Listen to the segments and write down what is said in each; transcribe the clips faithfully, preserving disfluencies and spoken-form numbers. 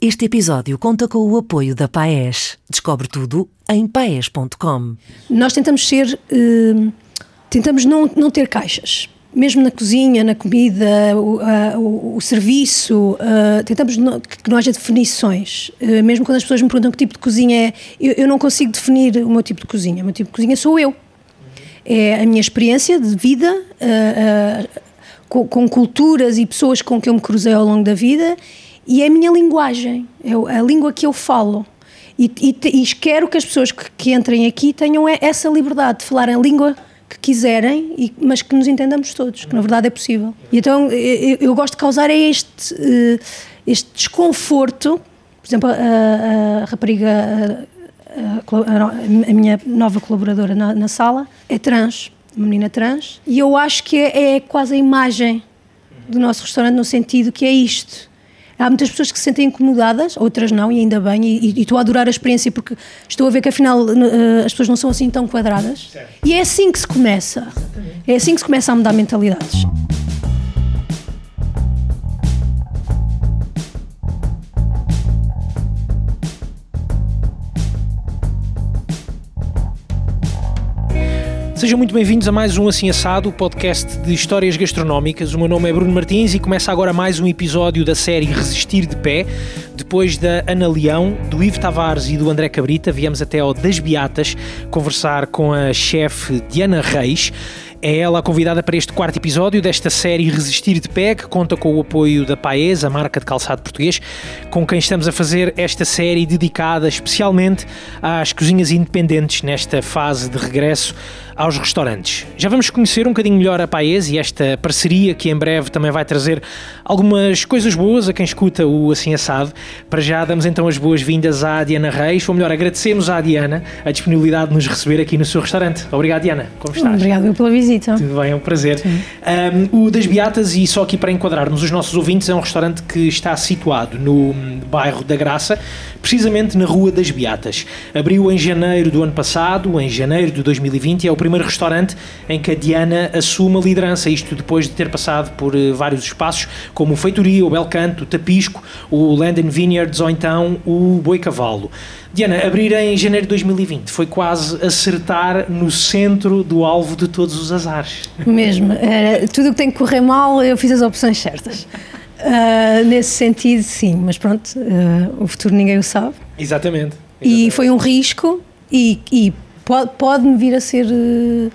Este episódio conta com o apoio da Paes. Descobre tudo em paes ponto com. Nós tentamos ser, uh, tentamos não, não ter caixas. Mesmo na cozinha, na comida, o, uh, o, o serviço, uh, tentamos não, que não haja definições. Uh, mesmo quando as pessoas me perguntam que tipo de cozinha é, eu, eu não consigo definir o meu tipo de cozinha. O meu tipo de cozinha sou eu. É a minha experiência de vida, uh, uh, com, com culturas e pessoas com que eu me cruzei ao longo da vida, e é a minha linguagem, é a língua que eu falo. E, e, e quero que as pessoas que, que entrem aqui tenham essa liberdade de falar a língua que quiserem, e, mas que nos entendamos todos, que na verdade é possível. E então eu, eu gosto de causar este, este desconforto. Por exemplo, a, a rapariga, a, a, a minha nova colaboradora na, na sala, é trans, uma menina trans, e eu acho que é, é quase a imagem do nosso restaurante, no sentido que é isto. Há muitas pessoas que se sentem incomodadas, outras não, e ainda bem, e, e estou a adorar a experiência porque estou a ver que afinal uh, as pessoas não são assim tão quadradas. Certo. E é assim que se começa, é assim que se começa a mudar mentalidades. Sejam muito bem-vindos a mais um Assim Assado, o podcast de histórias gastronómicas. O meu nome é Bruno Martins e começa agora mais um episódio da série Resistir de Pé. Depois da Ana Leão, do Ivo Tavares e do André Cabrita, viemos até ao Das Beatas conversar com a chefe Diana Reis. É ela a convidada para este quarto episódio desta série Resistir de Pé, que conta com o apoio da Paes, a marca de calçado português, com quem estamos a fazer esta série dedicada especialmente às cozinhas independentes nesta fase de regresso aos restaurantes. Já vamos conhecer um bocadinho melhor a Paes e esta parceria que em breve também vai trazer algumas coisas boas a quem escuta o Assim Assado. Para já damos então as boas-vindas à Diana Reis, ou melhor, agradecemos à Diana a disponibilidade de nos receber aqui no seu restaurante. Obrigado, Diana. Como estás? Obrigado pela visita. Tudo bem, é um prazer. Um, o Das Beatas, e só aqui para enquadrarmos os nossos ouvintes, é um restaurante que está situado no bairro da Graça, precisamente na Rua das Beatas. Abriu em janeiro do ano passado, em janeiro de dois mil e vinte, e é o primeiro restaurante em que a Diana assume a liderança, isto depois de ter passado por uh, vários espaços, como o Feitoria, o Belcanto, o Tapisco, o Land and Vineyards ou então o Boi Cavalo. Diana, abrir em janeiro de dois mil e vinte foi quase acertar no centro do alvo de todos os azares. Mesmo, era, tudo o que tem que correr mal, eu fiz as opções certas. Uh, nesse sentido, sim, mas pronto, uh, o futuro ninguém o sabe. Exatamente. Exatamente. E foi um risco e, e pode, pode-me vir a ser uh,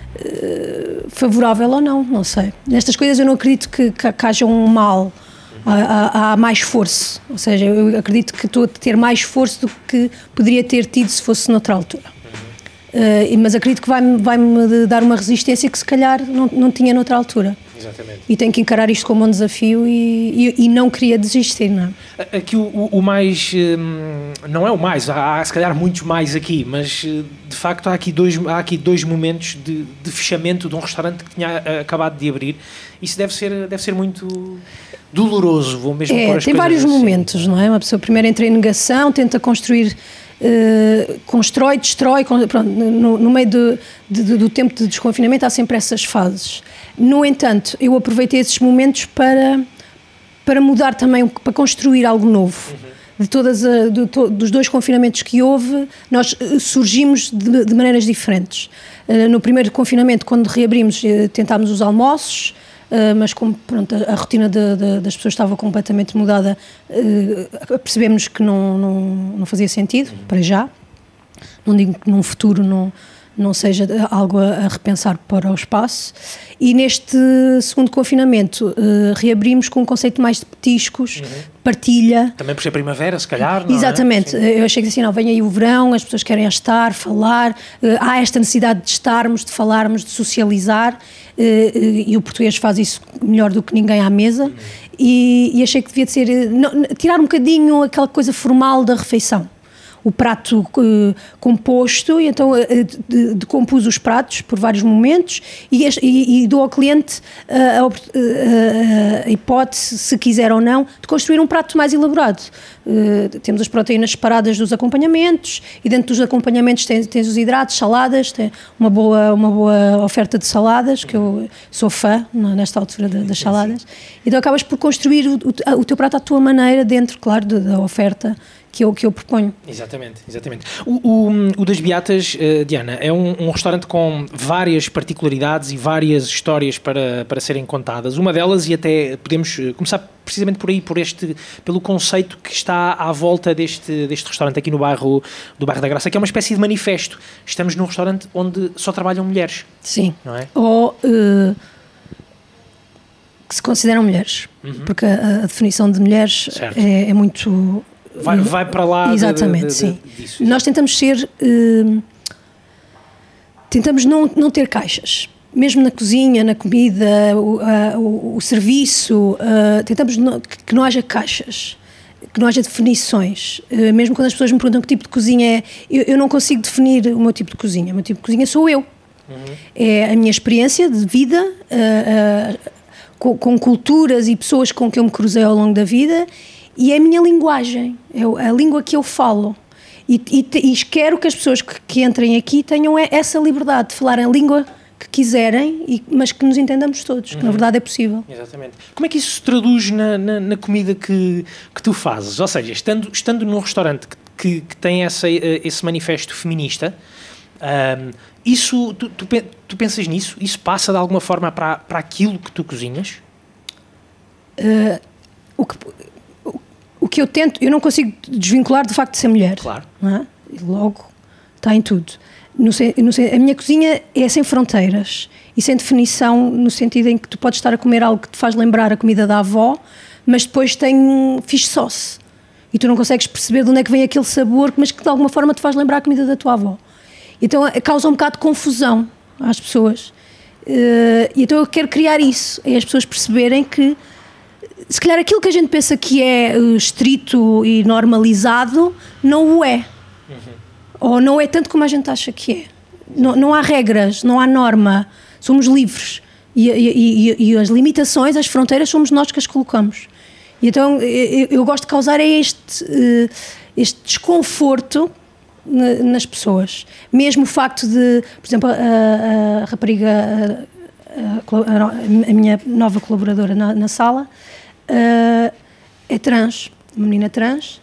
uh, favorável ou não, não sei. Nestas coisas eu não acredito que, que, que haja um mal. Há, há mais esforço, ou seja, eu acredito que estou a ter mais esforço do que poderia ter tido se fosse noutra altura. Uh, mas acredito que vai-me, vai-me dar uma resistência que se calhar não, não tinha noutra altura. Exatamente. E tenho que encarar isto como um desafio e, e, e não queria desistir, não. Aqui o, o mais, não é o mais, há, há se calhar muitos mais aqui, mas de facto há aqui dois, há aqui dois momentos de, de fechamento de um restaurante que tinha acabado de abrir. Isso deve ser, deve ser muito doloroso, vou mesmo é, pôr as tem coisas vários assim. momentos, não é? Uma pessoa primeiro entra em negação, tenta construir, uh, constrói, destrói, pronto, no, no meio de, de, do tempo de desconfinamento há sempre essas fases. No entanto, eu aproveitei esses momentos para, para mudar também, para construir algo novo. Uhum. De todas a, de to, dos dois confinamentos que houve, nós uh, surgimos de, de maneiras diferentes. Uh, no primeiro confinamento, quando reabrimos, uh, tentámos os almoços, uh, mas como pronto, a, a rotina de, de, das pessoas estava completamente mudada, uh, percebemos que não, não, não fazia sentido, uhum. para já. Não digo que num futuro não... não seja algo a, a repensar para o espaço. E neste segundo confinamento uh, reabrimos com um conceito mais de petiscos, uhum. partilha. Também por ser primavera, se calhar, não Exatamente. É? Eu achei que assim, não, vem aí o verão, as pessoas querem estar, falar, uh, há esta necessidade de estarmos, de falarmos, de socializar, uh, uh, e o português faz isso melhor do que ninguém à mesa, uhum. e, e achei que devia de ser, uh, não, tirar um bocadinho aquela coisa formal da refeição. o prato uh, composto, e então uh, de, decompus os pratos por vários momentos e, e, e dou ao cliente uh, a, uh, a hipótese, se quiser ou não, de construir um prato mais elaborado. Uh, temos as proteínas separadas dos acompanhamentos e dentro dos acompanhamentos tens, tens os hidratos, saladas, tem uma boa, uma boa oferta de saladas, que eu sou fã nesta altura de, das saladas. Então acabas por construir o, o, o teu prato à tua maneira, dentro, claro, de, da oferta que eu, que eu proponho. Exatamente, exatamente. O, o, o das Beatas, uh, Diana, é um, um restaurante com várias particularidades e várias histórias para, para serem contadas. Uma delas, e até podemos começar precisamente por aí, por este, pelo conceito que está à volta deste, deste restaurante aqui no bairro do Bairro da Graça, que é uma espécie de manifesto. Estamos num restaurante onde só trabalham mulheres. Sim. Não é? Ou uh, que se consideram mulheres, uhum. porque a, a definição de mulheres é, é muito... Vai, vai para lá. Exatamente, de, de, de, sim. Disso. Nós tentamos ser... Uh, tentamos não, não ter caixas. Mesmo na cozinha, na comida, o, a, o, o serviço, uh, tentamos não, que não haja caixas, que não haja definições. Uh, mesmo quando as pessoas me perguntam que tipo de cozinha é, eu, eu não consigo definir o meu tipo de cozinha. O meu tipo de cozinha sou eu. Uhum. É a minha experiência de vida, uh, uh, com, com culturas e pessoas com que eu me cruzei ao longo da vida, e é a minha linguagem, é a língua que eu falo. E, e, e quero que as pessoas que, que entrem aqui tenham essa liberdade de falar a língua que quiserem, e, mas que nos entendamos todos, uhum. que na verdade é possível. Exatamente. Como é que isso se traduz na, na, na comida que, que tu fazes? Ou seja, estando, estando num restaurante que, que, que tem essa, esse manifesto feminista, um, isso, tu, tu, tu pensas nisso? Isso passa de alguma forma para, para aquilo que tu cozinhas? Uh, o que... O que eu tento, eu não consigo desvincular do facto de ser mulher. Claro. Não é? E logo está em tudo. No, no, a minha cozinha é sem fronteiras e sem definição, no sentido em que tu podes estar a comer algo que te faz lembrar a comida da avó, mas depois tem fish sauce. E tu não consegues perceber de onde é que vem aquele sabor, mas que de alguma forma te faz lembrar a comida da tua avó. Então causa um bocado de confusão às pessoas. E então eu quero criar isso, é as pessoas perceberem que se calhar aquilo que a gente pensa que é uh, estrito e normalizado não o é. Uhum. Ou não é tanto como a gente acha que é. Não, não há regras, não há norma, somos livres. E, e, e, e as limitações, as fronteiras, somos nós que as colocamos. E então eu, eu gosto de causar este, uh, este desconforto na, nas pessoas. Mesmo o facto de, por exemplo, a, a rapariga, a, a, a minha nova colaboradora na, na sala, Uh, é trans, uma menina trans,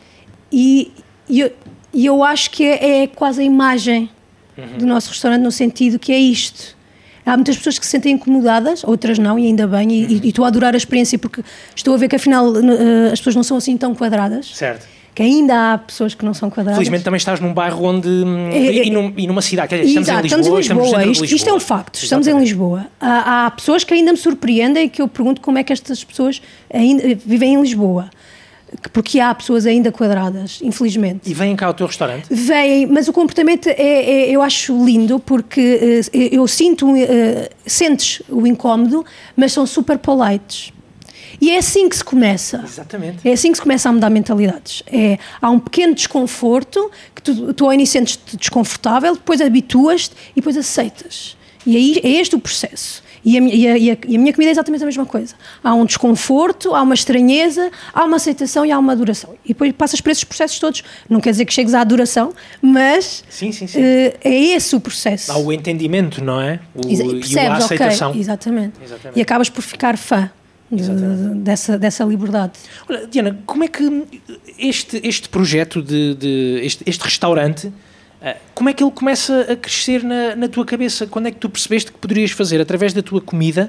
e, e, eu, e eu acho que é, é quase a imagem uhum. do nosso restaurante, no sentido que é isto. Há muitas pessoas que se sentem incomodadas, outras não, e ainda bem, e, uhum. e, e estou a adorar a experiência, porque estou a ver que afinal uh, as pessoas não são assim tão quadradas. Certo. Que ainda há pessoas que não são quadradas. Felizmente também estás num bairro onde... É, é, e, num, e numa cidade, quer dizer, estamos, exato, em Lisboa, estamos em Lisboa. Estamos isto, Lisboa. Isto é um facto, estamos Exatamente. em Lisboa. Há, há pessoas que ainda me surpreendem, que eu pergunto como é que estas pessoas ainda vivem em Lisboa. Porque há pessoas ainda quadradas, infelizmente. E vêm cá ao teu restaurante? Vêm, mas o comportamento é, é, eu acho lindo, porque uh, eu sinto, uh, sentes o incómodo, mas são super polites. E é assim que se começa. Exatamente. É assim que se começa a mudar mentalidades. É, há um pequeno desconforto, que tu, tu ao início sentes-te desconfortável, depois habituas-te e depois aceitas. E aí é este o processo. E a, e, a, e, a, e a minha comida é exatamente a mesma coisa. Há um desconforto, há uma estranheza, há uma aceitação e há uma adoração. E depois passas por esses processos todos. Não quer dizer que chegues à adoração, mas sim, sim, sim. Uh, é esse o processo. Há o entendimento, não é? O, e, percebes, e a aceitação. Okay, exatamente. exatamente. E acabas por ficar fã. De, dessa, dessa liberdade. Olha, Diana, como é que este, este projeto, de, de este, este restaurante, como é que ele começa a crescer na, na tua cabeça? Quando é que tu percebeste que poderias fazer, através da tua comida,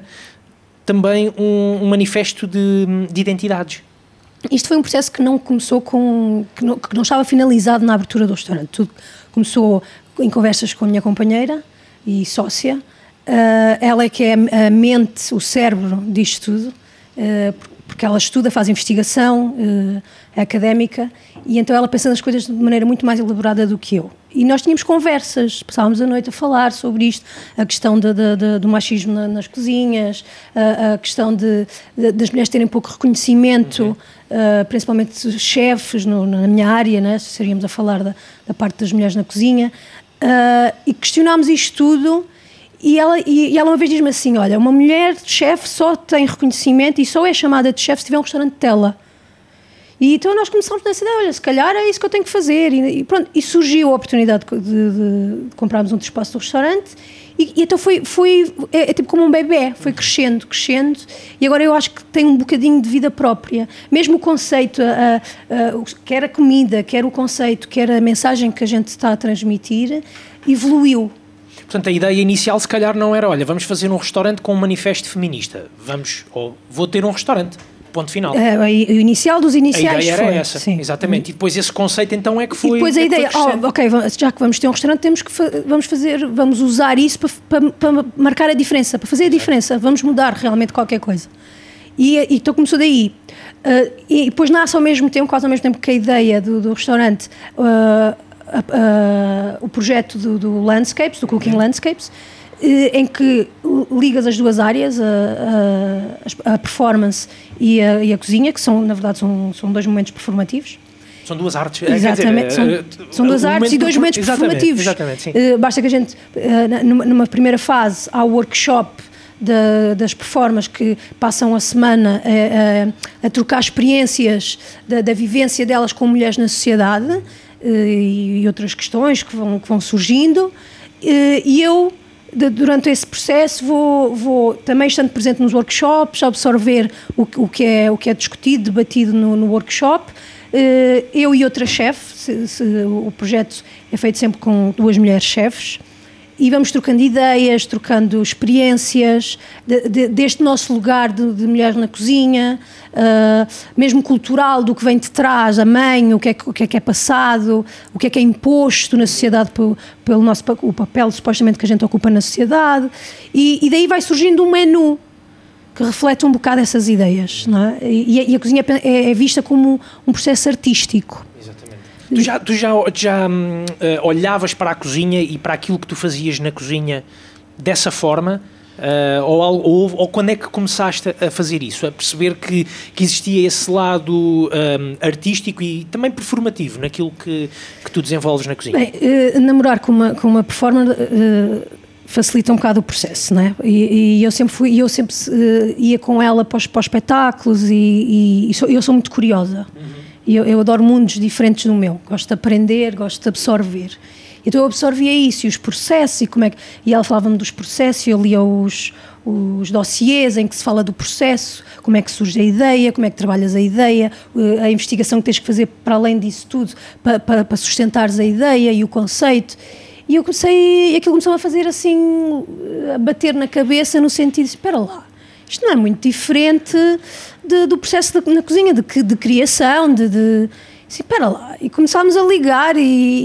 também um, um manifesto de, de identidades? Isto foi um processo que não começou com... Que não, que não estava finalizado na abertura do restaurante. Tudo começou em conversas com a minha companheira e sócia. Uh, ela é que é a mente, o cérebro disto tudo. Uh, porque ela estuda, faz investigação, uh, é académica, e então ela pensa nas coisas de maneira muito mais elaborada do que eu. e nós tínhamos conversas, passávamos a noite a falar sobre isto, a questão de, de, de, do machismo na, nas cozinhas, a, a questão de, de, das mulheres terem pouco reconhecimento, uhum. uh, principalmente chefes no, na minha área, né? Seríamos a falar da, da parte das mulheres na cozinha, uh, e questionámos isto tudo. E ela, e ela uma vez diz-me assim, olha, uma mulher chefe só tem reconhecimento e só é chamada de chefe se tiver um restaurante dela. E então nós começamos nessa ideia, olha, se calhar é isso que eu tenho que fazer. E, e pronto, e surgiu a oportunidade de, de, de comprarmos um espaço do restaurante. E, e então foi, foi é, é tipo como um bebê, foi crescendo, crescendo. E agora eu acho que tem um bocadinho de vida própria. Mesmo o conceito, a, a, a, quer a comida, quer o conceito, quer a mensagem que a gente está a transmitir, evoluiu. Portanto, a ideia inicial se calhar não era, olha, vamos fazer um restaurante com um manifesto feminista. Vamos, ou vou ter um restaurante, ponto final. É, o inicial dos iniciais. A ideia foi, era essa, sim. Exatamente. E depois esse conceito então é que foi... E depois a é ideia, oh, ok, já que vamos ter um restaurante, temos que fa- vamos fazer, vamos usar isso para, para, para marcar a diferença, para fazer a diferença, vamos mudar realmente qualquer coisa. E, e então começou daí. Uh, e depois nasce ao mesmo tempo, quase ao mesmo tempo que a ideia do, do restaurante... Uh, A, a, o projeto do, do Landscapes, do Cooking Landscapes, em que ligas as duas áreas, a, a, a performance e a, e a cozinha, que são, na verdade, são, são dois momentos performativos. São duas artes. Exatamente, dizer, são, são duas artes e dois momentos exatamente, performativos. Exatamente, sim. Basta que a gente, numa, numa primeira fase, há o workshop de, das performers que passam a semana a, a, a trocar experiências da, da vivência delas com mulheres na sociedade, e outras questões que vão, que vão surgindo, e eu, de, durante esse processo, vou, vou também estando presente nos workshops, absorver o, o, que, é, o que é discutido, debatido no, no workshop, eu e outra chefe, se, se, o projeto é feito sempre com duas mulheres chefes, e vamos trocando ideias, trocando experiências de, de, deste nosso lugar de, de mulheres na cozinha, uh, mesmo cultural, do que vem de trás, a mãe, o que é, o que é que é passado, o que é que é imposto na sociedade pelo, pelo nosso, o papel supostamente que a gente ocupa na sociedade, e, e daí vai surgindo um menu que reflete um bocado essas ideias, não é? E, e a cozinha é, é vista como um processo artístico. Tu já, tu já, já hum, uh, olhavas para a cozinha e para aquilo que tu fazias na cozinha dessa forma? Uh, ou, ou, ou quando é que começaste a fazer isso? A perceber que, que existia esse lado um, artístico e também performativo naquilo que, que tu desenvolves na cozinha? Bem, uh, namorar com uma, com uma performer uh, facilita um bocado o processo, não é? E, e eu sempre, fui, eu sempre uh, ia com ela para os, para os espetáculos e, e, e sou, eu sou muito curiosa. Uhum. Eu, eu adoro mundos diferentes do meu, gosto de aprender, gosto de absorver. Então eu absorvia isso e os processos e como é que... E ela falava-me dos processos e eu lia os, os dossiês em que se fala do processo, como é que surge a ideia, como é que trabalhas a ideia, a investigação que tens que fazer para além disso tudo, para, para, para sustentares a ideia e o conceito. E eu comecei... Aquilo começou a fazer assim, a bater na cabeça no sentido de, espera lá, isto não é muito diferente de, do processo de, na cozinha, de, de criação, de... de assim, espera lá, e começámos a ligar e,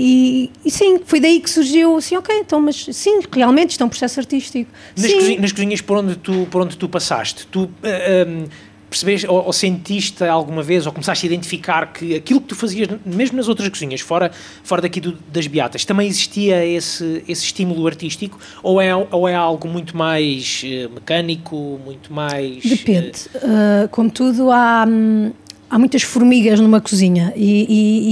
e, e sim, foi daí que surgiu assim, ok, então, mas sim, realmente isto é um processo artístico. Nas, sim. Cozinhas, nas cozinhas por onde tu, por onde tu passaste, tu uh, um, percebeste ou, ou sentiste alguma vez, ou começaste a identificar que aquilo que tu fazias, mesmo nas outras cozinhas, fora, fora daqui do, das Beatas, também existia esse, esse estímulo artístico, ou é, ou é algo muito mais uh, mecânico, muito mais... Depende, uh, uh, como tudo há... Hum, há muitas formigas numa cozinha e,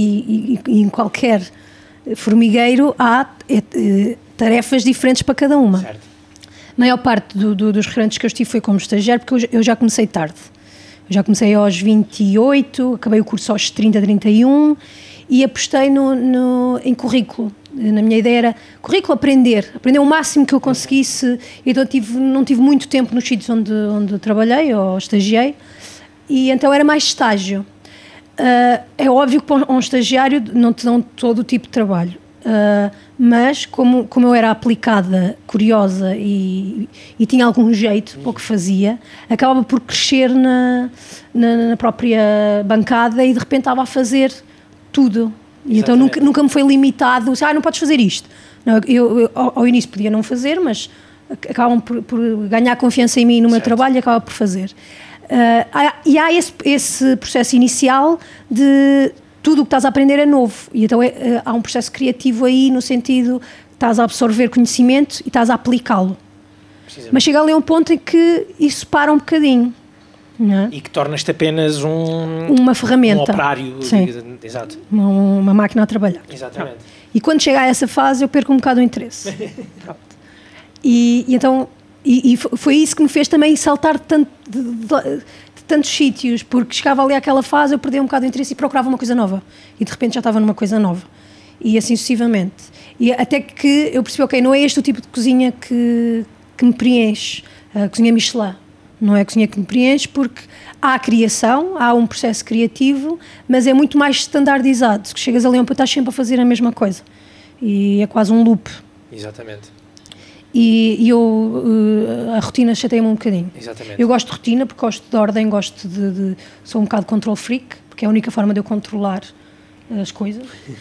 e, e, e em qualquer formigueiro há é, é, tarefas diferentes para cada uma. Certo. A maior parte do, do, dos restaurantes que eu estive foi como estagiário, porque eu, eu já comecei tarde. Eu já comecei aos vinte e oito, acabei o curso aos trinta, trinta e um e apostei no, no, em currículo. Na minha ideia era currículo, aprender, aprender o máximo que eu conseguisse. Então tive, não tive muito tempo nos sítios onde, onde trabalhei ou estagiei. E então era mais estágio. Uh, é óbvio que para um estagiário não te dão todo o tipo de trabalho, uh, mas como, como eu era aplicada, curiosa e, e tinha algum jeito para o que fazia, acabava por crescer na, na, na própria bancada e de repente estava a fazer tudo. E então nunca, nunca me foi limitado, ah, não podes fazer isto. Não, eu, eu, ao, ao início podia não fazer, mas acabam por, por ganhar confiança em mim e no meu trabalho e acabam por fazer. Uh, há, e há esse, esse processo inicial de tudo o que estás a aprender é novo. E então é, há um processo criativo aí, no sentido, estás a absorver conhecimento e estás a aplicá-lo. Mas chega ali a um ponto em que isso para um bocadinho. Não é? E que tornas-te apenas um... Uma ferramenta. Um operário. Sim. Exato. Uma, uma máquina a trabalhar. Exatamente. E quando chega a essa fase eu perco um bocado o interesse. Pronto. E, e então... E, e foi isso que me fez também saltar de, tanto, de, de, de tantos sítios, porque chegava ali àquela fase, eu perdia um bocado o interesse e procurava uma coisa nova. E de repente já estava numa coisa nova. E assim sucessivamente. E até que eu percebi, ok, não é este o tipo de cozinha que, que me preenche. A cozinha Michelin. Não é a cozinha que me preenche, porque há a criação, há um processo criativo, mas é muito mais standardizado. Que chegas ali a um ponto, estás sempre a fazer a mesma coisa. E é quase um loop. Exatamente. E, e eu, uh, a rotina chateia-me um bocadinho. Exatamente. Eu gosto de rotina porque gosto de ordem, gosto de, de sou um bocado control freak, porque é a única forma de eu controlar as coisas.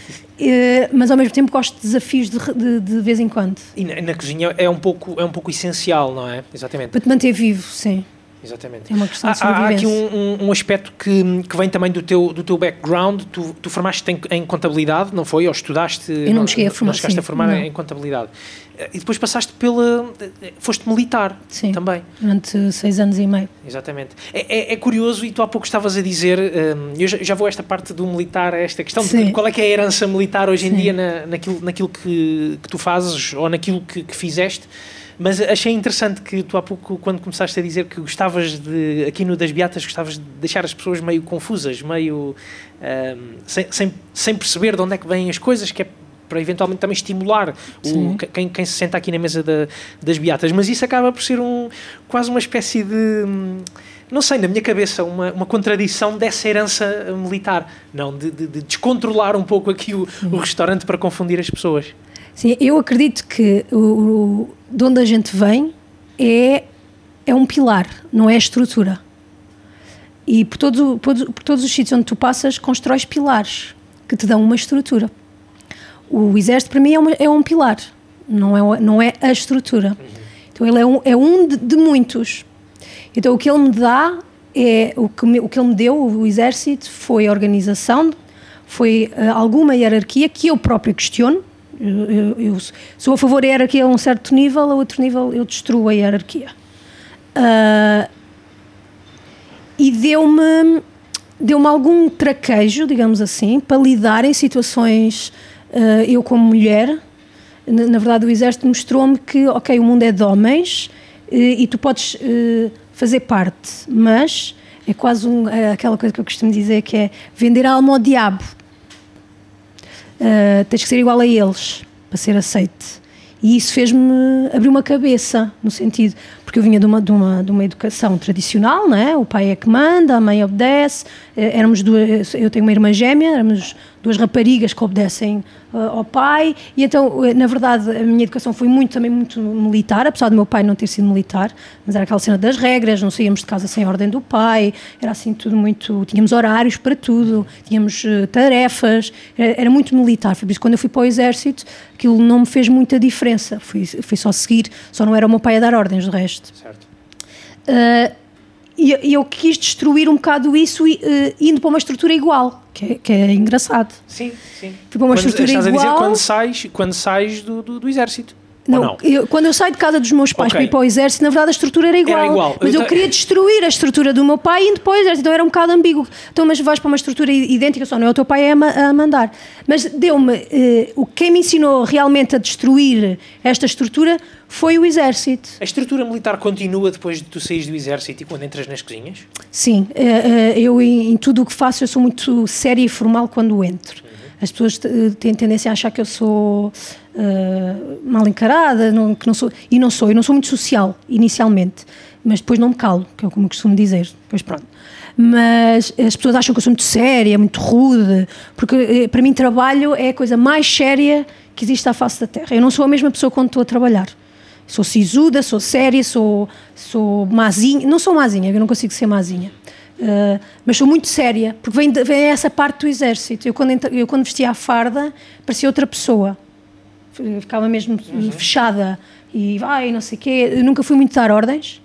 uh, mas ao mesmo tempo gosto de desafios de, de, de vez em quando. E na, na cozinha é um, pouco, é um pouco essencial, não é? Exatamente. Para te manter vivo, sim. Exatamente. É uma questão de há, há aqui sobrevivência. um, um, um aspecto que, que vem também do teu, do teu background. Tu, tu formaste em, em contabilidade, não foi? Ou estudaste? Eu não me cheguei a formar, Não chegaste sim, a formar não. em contabilidade. E depois passaste pela... Foste militar. Sim. Também. Durante seis anos e meio. Exatamente. É, é, é curioso, e tu há pouco estavas a dizer, um, eu já, já vou a esta parte do militar, a esta questão Sim. de qual é que é a herança militar hoje em Sim. dia na, naquilo, naquilo que, que tu fazes ou naquilo que, que fizeste. Mas achei interessante que tu há pouco, quando começaste a dizer que gostavas de, aqui no Das Beatas, gostavas de deixar as pessoas meio confusas, meio um, sem, sem, sem perceber de onde é que vêm as coisas, que é para eventualmente também estimular o, quem, quem se senta aqui na mesa da, das Beatas. Mas isso acaba por ser um, quase uma espécie de... não sei, na minha cabeça, uma, uma contradição dessa herança militar. Não, de, de, de descontrolar um pouco aqui o, o restaurante para confundir as pessoas. Sim, eu acredito que o, o, de onde a gente vem é, é um pilar, não é a estrutura. E por, todo, por, por todos os sítios onde tu passas, constróis pilares que te dão uma estrutura. O exército, para mim, é, uma, é um pilar, não é, não é a estrutura. Então ele é um, é um de, de muitos. Então o que ele me dá, é, o, que me, o que ele me deu, o exército, foi a organização, foi uh, alguma hierarquia que eu próprio questiono. Eu, eu, eu sou a favor da hierarquia a um certo nível, a outro nível eu destruo a hierarquia. Uh, e deu-me, deu-me algum traquejo, digamos assim, para lidar em situações, uh, eu como mulher, na, na verdade o exército mostrou-me que, ok, o mundo é de homens uh, e tu podes uh, fazer parte, mas é quase um, é aquela coisa que eu costumo dizer, que é vender a alma ao diabo. Uh, tens que ser igual a eles para ser aceite. E isso fez-me abrir uma cabeça, no sentido, porque eu vinha de uma, de uma, de uma educação tradicional, não é? O pai é que manda, a mãe obedece, éramos duas, eu tenho uma irmã gêmea, éramos duas raparigas que obedecem uh, ao pai, e então, na verdade, a minha educação foi muito, também muito militar, apesar do meu pai não ter sido militar, mas era aquela cena das regras, não saíamos de casa sem a ordem do pai, era assim tudo muito, tínhamos horários para tudo, tínhamos uh, tarefas, era, era muito militar. Foi por isso que quando eu fui para o exército, aquilo não me fez muita diferença, fui, fui só seguir, só não era o meu pai a dar ordens, de resto. Certo. Uh, e, e eu quis destruir um bocado isso uh, indo para uma estrutura igual, que é, que é engraçado. Sim, sim. Fui para uma quando, estrutura estás igual. a dizer quando sais, quando sais do, do, do exército. Não, não? Eu, quando eu saio de casa dos meus pais Okay. para ir para o exército, na verdade a estrutura era igual. Era igual. Mas Eu eu, ta- queria destruir a estrutura do meu pai indo para o exército, então era um bocado ambíguo. Então, mas vais para uma estrutura idêntica, só não é o teu pai a, ma- a mandar. Mas deu-me, eh, o quem me ensinou realmente a destruir esta estrutura foi o exército. A estrutura militar continua depois de tu saís do exército e quando entras nas cozinhas? Sim, eh, eh, eu em, em tudo o que faço eu sou muito séria e formal quando entro. As pessoas eh, têm tendência a achar que eu sou uh, mal encarada, não, que não sou, e não sou, eu não sou muito social inicialmente, mas depois não me calo, que é como eu costumo dizer, depois pronto. Mas as pessoas acham que eu sou muito séria, muito rude, porque eh, para mim trabalho é a coisa mais séria que existe à face da terra. Eu não sou a mesma pessoa quando estou a trabalhar. Sou sisuda, sou séria, sou, sou mazinha, não sou mazinha, eu não consigo ser mazinha. Uh, mas sou muito séria, porque vem, vem essa parte do exército. Eu quando, entra, eu quando vestia a farda parecia outra pessoa, eu ficava mesmo uhum. fechada e vai, não sei o quê. Eu nunca fui muito dar ordens,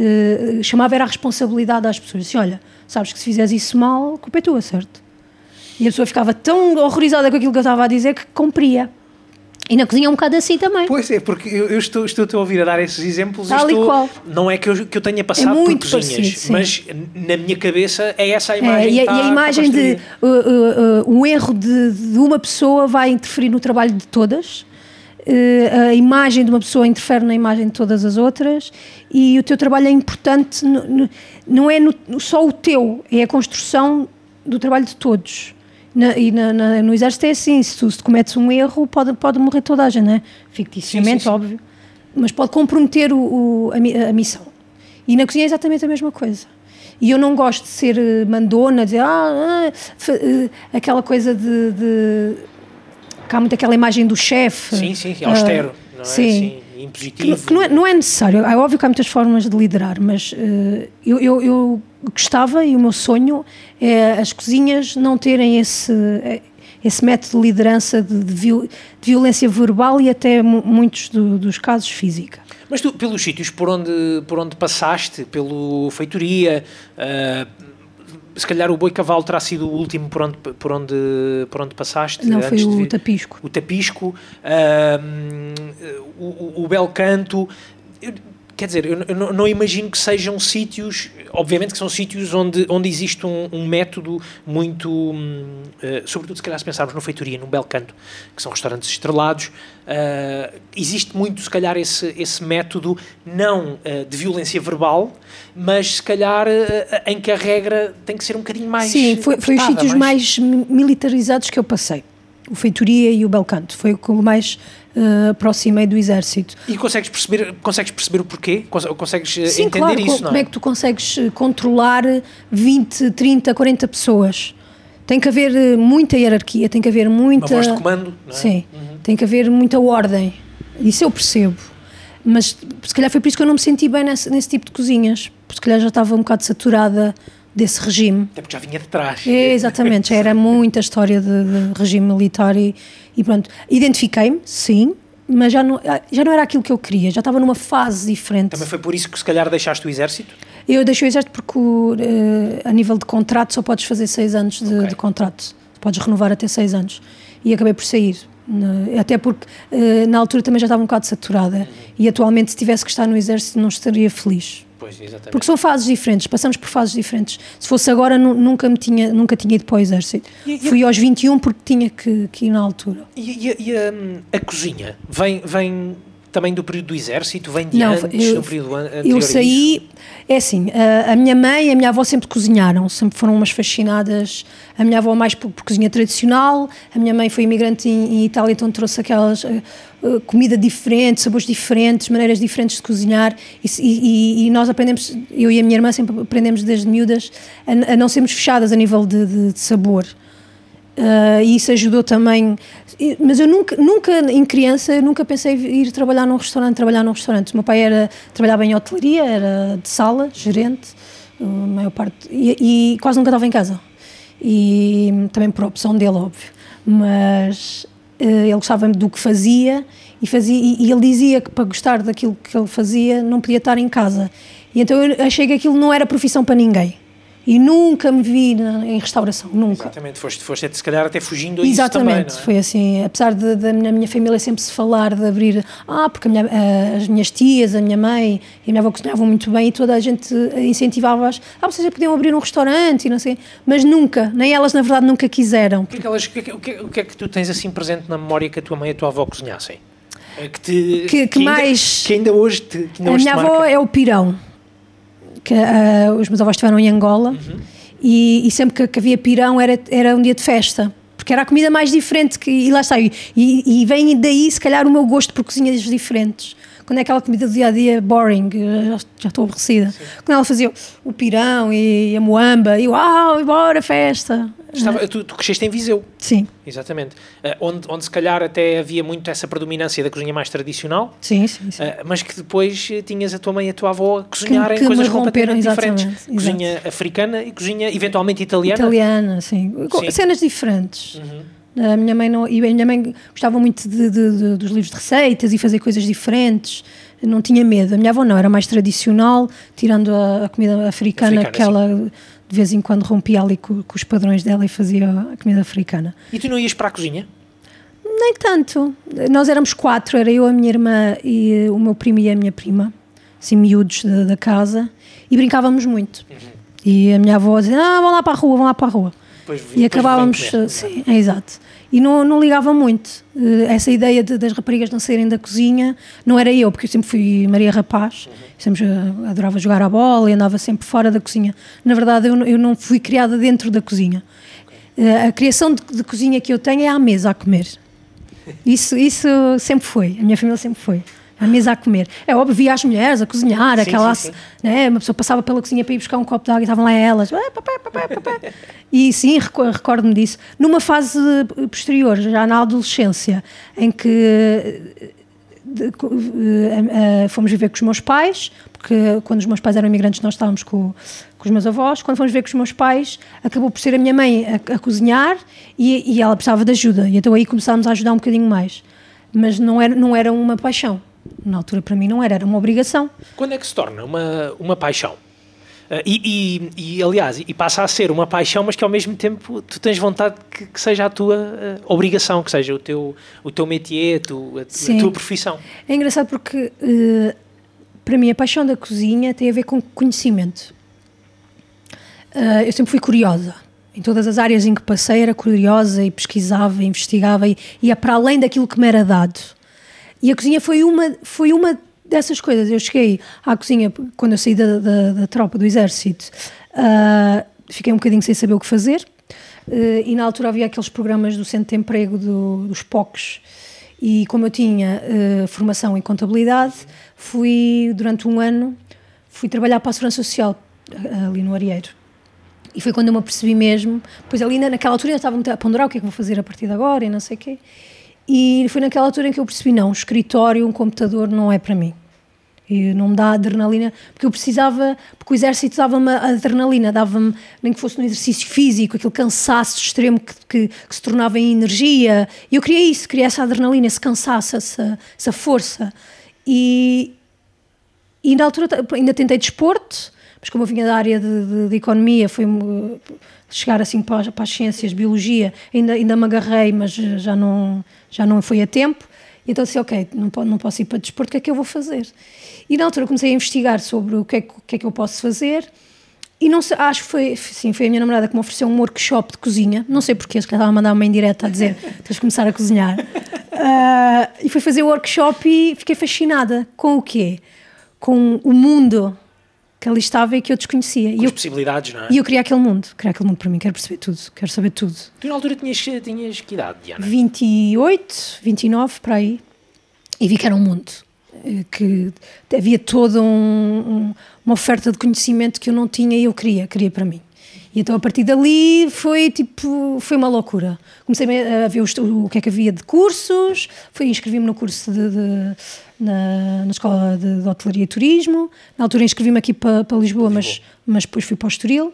uh, chamava era a responsabilidade às pessoas, assim, olha, sabes que se fizeres isso mal, a culpa é tua, certo? E a pessoa ficava tão horrorizada com aquilo que eu estava a dizer que cumpria. E na cozinha é um bocado assim também. Pois é, porque eu, eu estou, estou a ouvir a dar esses exemplos. Tal estou, e qual. Não é que eu, que eu tenha passado é por muito cozinhas, parecido, mas na minha cabeça é essa a imagem. É, e, a, que está, e a imagem está de uh, uh, uh, um erro de, de uma pessoa vai interferir no trabalho de todas. Uh, a imagem de uma pessoa interfere na imagem de todas as outras, e o teu trabalho é importante, no, no, não é no, só o teu, é a construção do trabalho de todos. Na, e na, na, no exército é assim, se tu se cometes um erro pode, pode morrer toda a gente, não é? Ficticiamente, sim, sim, sim. Óbvio, mas pode comprometer o, o, a, a missão. E na cozinha é exatamente a mesma coisa. E eu não gosto de ser mandona, dizer ah, ah, aquela coisa de, de que há muito aquela imagem do chefe. Sim, sim, austero, uh, não é? Sim. Assim, impositivo. Que, que não, é, não é necessário. É óbvio que há muitas formas de liderar, mas uh, eu, eu, eu gostava, e o meu sonho é as cozinhas não terem esse, esse método de liderança de, de, viol, de violência verbal e até muitos do, dos casos física. Mas tu, pelos sítios por onde, por onde passaste, pelo Feitoria, uh, se calhar o Boi Cavalo terá sido o último por onde, por onde, por onde passaste? Não, antes foi o de, Tapisco. O Tapisco, uh, o, o Belcanto. Eu, quer dizer, eu, eu não, não imagino que sejam sítios, obviamente que são sítios onde, onde existe um, um método muito, uh, sobretudo se calhar se pensarmos no Feitoria, no Belcanto, que são restaurantes estrelados, uh, existe muito se calhar esse, esse método, não uh, de violência verbal, mas se calhar uh, em que a regra tem que ser um bocadinho mais... Sim, foi, foi os sítios mais... mais militarizados que eu passei. O Feitoria e o Belcanto, foi o que mais uh, aproximei do exército. E consegues perceber, consegues perceber o porquê? Consegues Sim, entender claro, isso, com, não é? Como é que tu consegues controlar vinte, trinta, quarenta pessoas? Tem que haver muita hierarquia, tem que haver muita... Uma voz de comando, não é? Sim, uhum. Tem que haver muita ordem. Isso eu percebo. Mas se calhar foi por isso que eu não me senti bem nesse, nesse tipo de cozinhas. Porque se calhar já estava um bocado saturada desse regime. Até porque já vinha de trás. É, exatamente, já era muita história de, de regime militar e, e pronto. Identifiquei-me, sim, mas já não, já não era aquilo que eu queria, já estava numa fase diferente. Também foi por isso que se calhar deixaste o exército? Eu deixei o exército porque uh, a nível de contrato só podes fazer seis anos de, okay. de contrato, podes renovar até seis anos, e acabei por sair. Até porque uh, na altura também já estava um bocado saturada, uhum. E atualmente se tivesse que estar no exército não estaria feliz. Pois, exatamente. Porque são fases diferentes, passamos por fases diferentes. Se fosse agora, nunca, me tinha, nunca tinha ido para o exército. E, e Fui a... aos vinte e um porque tinha que, que ir na altura. E, e, e a, a cozinha? Vem, vem também do período do exército? Vem de não, antes, eu, do período anterior? Eu saí... É assim, a, a minha mãe e a minha avó sempre cozinharam, sempre foram umas fascinadas. A minha avó mais por, por cozinha tradicional, a minha mãe foi imigrante em, em Itália, então trouxe aquelas... Uh, uh, comida diferente, sabores diferentes, maneiras diferentes de cozinhar, e, e, e nós aprendemos, eu e a minha irmã sempre aprendemos desde miúdas a, a não sermos fechadas a nível de, de, de sabor. Uh, e isso ajudou também, mas eu nunca, nunca em criança, eu nunca pensei em ir trabalhar num restaurante, trabalhar num restaurante. O meu pai era, trabalhava em hotelaria, era de sala, gerente, a maior parte, e, e quase nunca estava em casa. E também por opção dele, óbvio. Mas uh, ele gostava do que fazia, e, fazia e, e ele dizia que para gostar daquilo que ele fazia não podia estar em casa. E então eu achei que aquilo não era profissão para ninguém. E nunca me vi na, em restauração, nunca. Exatamente, foste, foste se calhar até fugindo a isso Exatamente, também, não é? Foi assim, apesar de, de, na minha família sempre se falar de abrir, ah, porque a minha, as minhas tias, a minha mãe e a minha avó cozinhavam muito bem e toda a gente incentivava-as, ah, vocês já podiam abrir um restaurante e não sei, mas nunca, nem elas na verdade nunca quiseram. Porque elas, o, que é, o, que é, o que é que tu tens assim presente na memória que a tua mãe e a tua avó cozinhassem? Que, te, que, que, que mais... Ainda, que ainda hoje te, que ainda a hoje minha te avó marca? é o pirão, que uh, os meus avós estiveram em Angola. Uhum. E, e sempre que, que havia pirão era, era um dia de festa, porque era a comida mais diferente, que, e lá está, e, e vem daí se calhar o meu gosto por cozinhas diferentes. Quando é aquela comida do dia-a-dia boring, já, já estou aborrecida. Sim. Quando ela fazia o pirão e a moamba, e uau, e bora, festa. Estava, tu, tu cresceste em Viseu. Sim. Exatamente. Uh, onde, onde se calhar até havia muito essa predominância da cozinha mais tradicional. Sim, sim, sim. Uh, mas que depois tinhas a tua mãe e a tua avó a cozinharem que, que coisas completamente diferentes. Exato. Cozinha africana e cozinha eventualmente italiana. Italiana, sim. sim. Cenas diferentes. Uhum. A minha mãe não, e a minha mãe gostava muito de, de, de, dos livros de receitas e fazer coisas diferentes. Não tinha medo. A minha avó não, era mais tradicional, tirando a, a comida africana, africana que ela de vez em quando rompia ali com, com os padrões dela e fazia a comida africana. E tu não ias para a cozinha? Nem tanto. Nós éramos quatro, era eu, a minha irmã e o meu primo e a minha prima, assim miúdos da, da casa, e brincávamos muito. Uhum. E a minha avó dizia, ah, vão lá para a rua, vão lá para a rua. Depois, e depois acabávamos, sim, é exato. E não, não ligava muito. Essa ideia de, das raparigas não saírem da cozinha, não era eu, porque eu sempre fui Maria Rapaz, uhum. sempre adorava jogar a bola e andava sempre fora da cozinha. Na verdade, eu, eu não fui criada dentro da cozinha. Okay. A criação de, de cozinha que eu tenho é à mesa a comer. Isso, isso sempre foi, a minha família sempre foi. À mesa a comer. É óbvio, via as mulheres a cozinhar, sim, aquela, sim, sim. Né, uma pessoa passava pela cozinha para ir buscar um copo de água e estavam lá elas. E sim, recordo-me disso. Numa fase posterior, já na adolescência, em que de, de, uh, uh, fomos viver com os meus pais, porque quando os meus pais eram imigrantes nós estávamos com, com os meus avós. Quando fomos viver com os meus pais, acabou por ser a minha mãe a, a cozinhar e, e ela precisava de ajuda. E então aí começámos a ajudar um bocadinho mais. Mas não era, não era uma paixão. Na altura para mim não era, era uma obrigação. Quando é que se torna uma, uma paixão? Uh, e, e, e aliás, e passa a ser uma paixão, mas que ao mesmo tempo tu tens vontade que, que seja a tua uh, obrigação, que seja o teu, o teu métier, a, tu, a, a tua profissão. É engraçado porque uh, para mim a paixão da cozinha tem a ver com conhecimento. Uh, eu sempre fui curiosa. Em todas as áreas em que passei era curiosa e pesquisava, investigava e ia para além daquilo que me era dado. E a cozinha foi uma, foi uma dessas coisas. Eu cheguei à cozinha quando eu saí da, da, da tropa, do exército, uh, fiquei um bocadinho sem saber o que fazer, uh, e na altura havia aqueles programas do Centro de Emprego, do, dos P O Cs, e como eu tinha uh, formação em contabilidade, fui, durante um ano, fui trabalhar para a Segurança Social, uh, ali no Arieiro. E foi quando eu me apercebi mesmo, pois ali naquela altura eu estava a ponderar o que é que vou fazer a partir de agora e não sei o quê. E foi naquela altura em que eu percebi, não, um escritório, um computador não é para mim. E não me dá adrenalina, porque eu precisava, porque o exército dava-me adrenalina, dava-me, nem que fosse no exercício físico, aquele cansaço extremo que, que, que se tornava em energia. E eu queria isso, queria essa adrenalina, esse cansaço, essa, essa força. E, e na altura ainda tentei desporto, mas como eu vinha da área de, de, de economia, foi chegar assim para, para as ciências, biologia, ainda, ainda me agarrei, mas já não, já não foi a tempo. E então disse, ok, não, não posso ir para desporto, o que é que eu vou fazer? E na altura comecei a investigar sobre o que é que, o que, é que eu posso fazer. E não sei, acho que foi, sim, foi a minha namorada que me ofereceu um workshop de cozinha. Não sei porquê, se calhar estava a mandar uma indireta a dizer tens de começar a cozinhar. Uh, e fui fazer o workshop e fiquei fascinada com o quê? Com o mundo que ali estava e que eu desconhecia. Com e as eu, possibilidades, não é? E eu queria aquele mundo, queria aquele mundo para mim, quero perceber tudo, quero saber tudo. Tu na altura tinhas, tinhas que idade, Diana? vinte e oito, vinte e nove, para aí. E vi que era um mundo, que havia toda um, um, uma oferta de conhecimento que eu não tinha e eu queria, queria para mim. E então a partir dali foi tipo, foi uma loucura. Comecei a ver o, o que é que havia de cursos, fui inscrevi-me no curso de, de, na, na escola de, de hotelaria e turismo. Na altura inscrevi-me aqui para, para Lisboa, Lisboa. Mas, mas depois fui para o Estoril.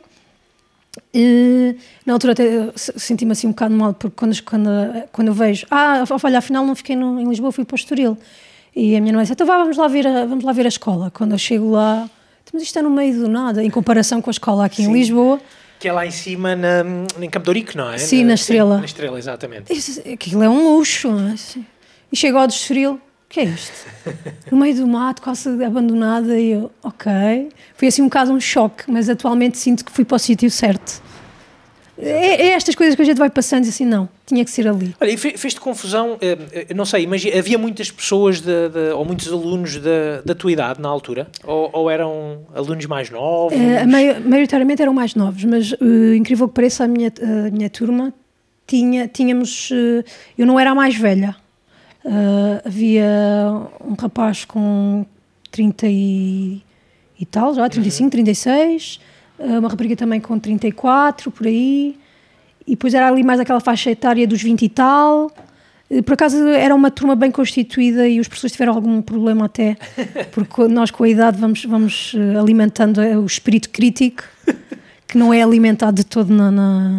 E, na altura até senti-me assim um bocado mal, porque quando, quando, quando eu vejo, ah, olha, afinal não fiquei no, em Lisboa, fui para o Estoril. E a minha mãe disse, então vá, vamos lá ver a, vamos lá ver a escola. Quando eu chego lá, mas isto é no meio do nada, em comparação com a escola aqui Sim. em Lisboa. Que é lá em cima, na, em Campo de Ourique, não é? Sim, na, na Estrela. Sim, na Estrela, exatamente. Isso, aquilo é um luxo. E chego ao do Estoril, o que é isto? No meio do mato, quase abandonada, e eu, ok. Foi assim um bocado um choque, mas atualmente sinto que fui para o sítio certo. É, é estas coisas que a gente vai passando e assim, não, tinha que ser ali. Olha, e fez-te confusão, não sei, imagina, havia muitas pessoas de, de, ou muitos alunos de, da tua idade na altura? Ou, ou eram alunos mais novos? Uh, maior, maioritariamente eram mais novos, mas uh, incrível que pareça, a minha, a minha turma tinha, tínhamos, uh, eu não era a mais velha, uh, havia um rapaz com trinta e, e tal já, trinta e cinco, uhum. trinta e seis, uma rapariga também com trinta e quatro, por aí, e depois era ali mais aquela faixa etária dos vinte e tal. Por acaso era uma turma bem constituída e os professores tiveram algum problema até, porque nós com a idade vamos, vamos alimentando o espírito crítico, que não é alimentado de todo na, na,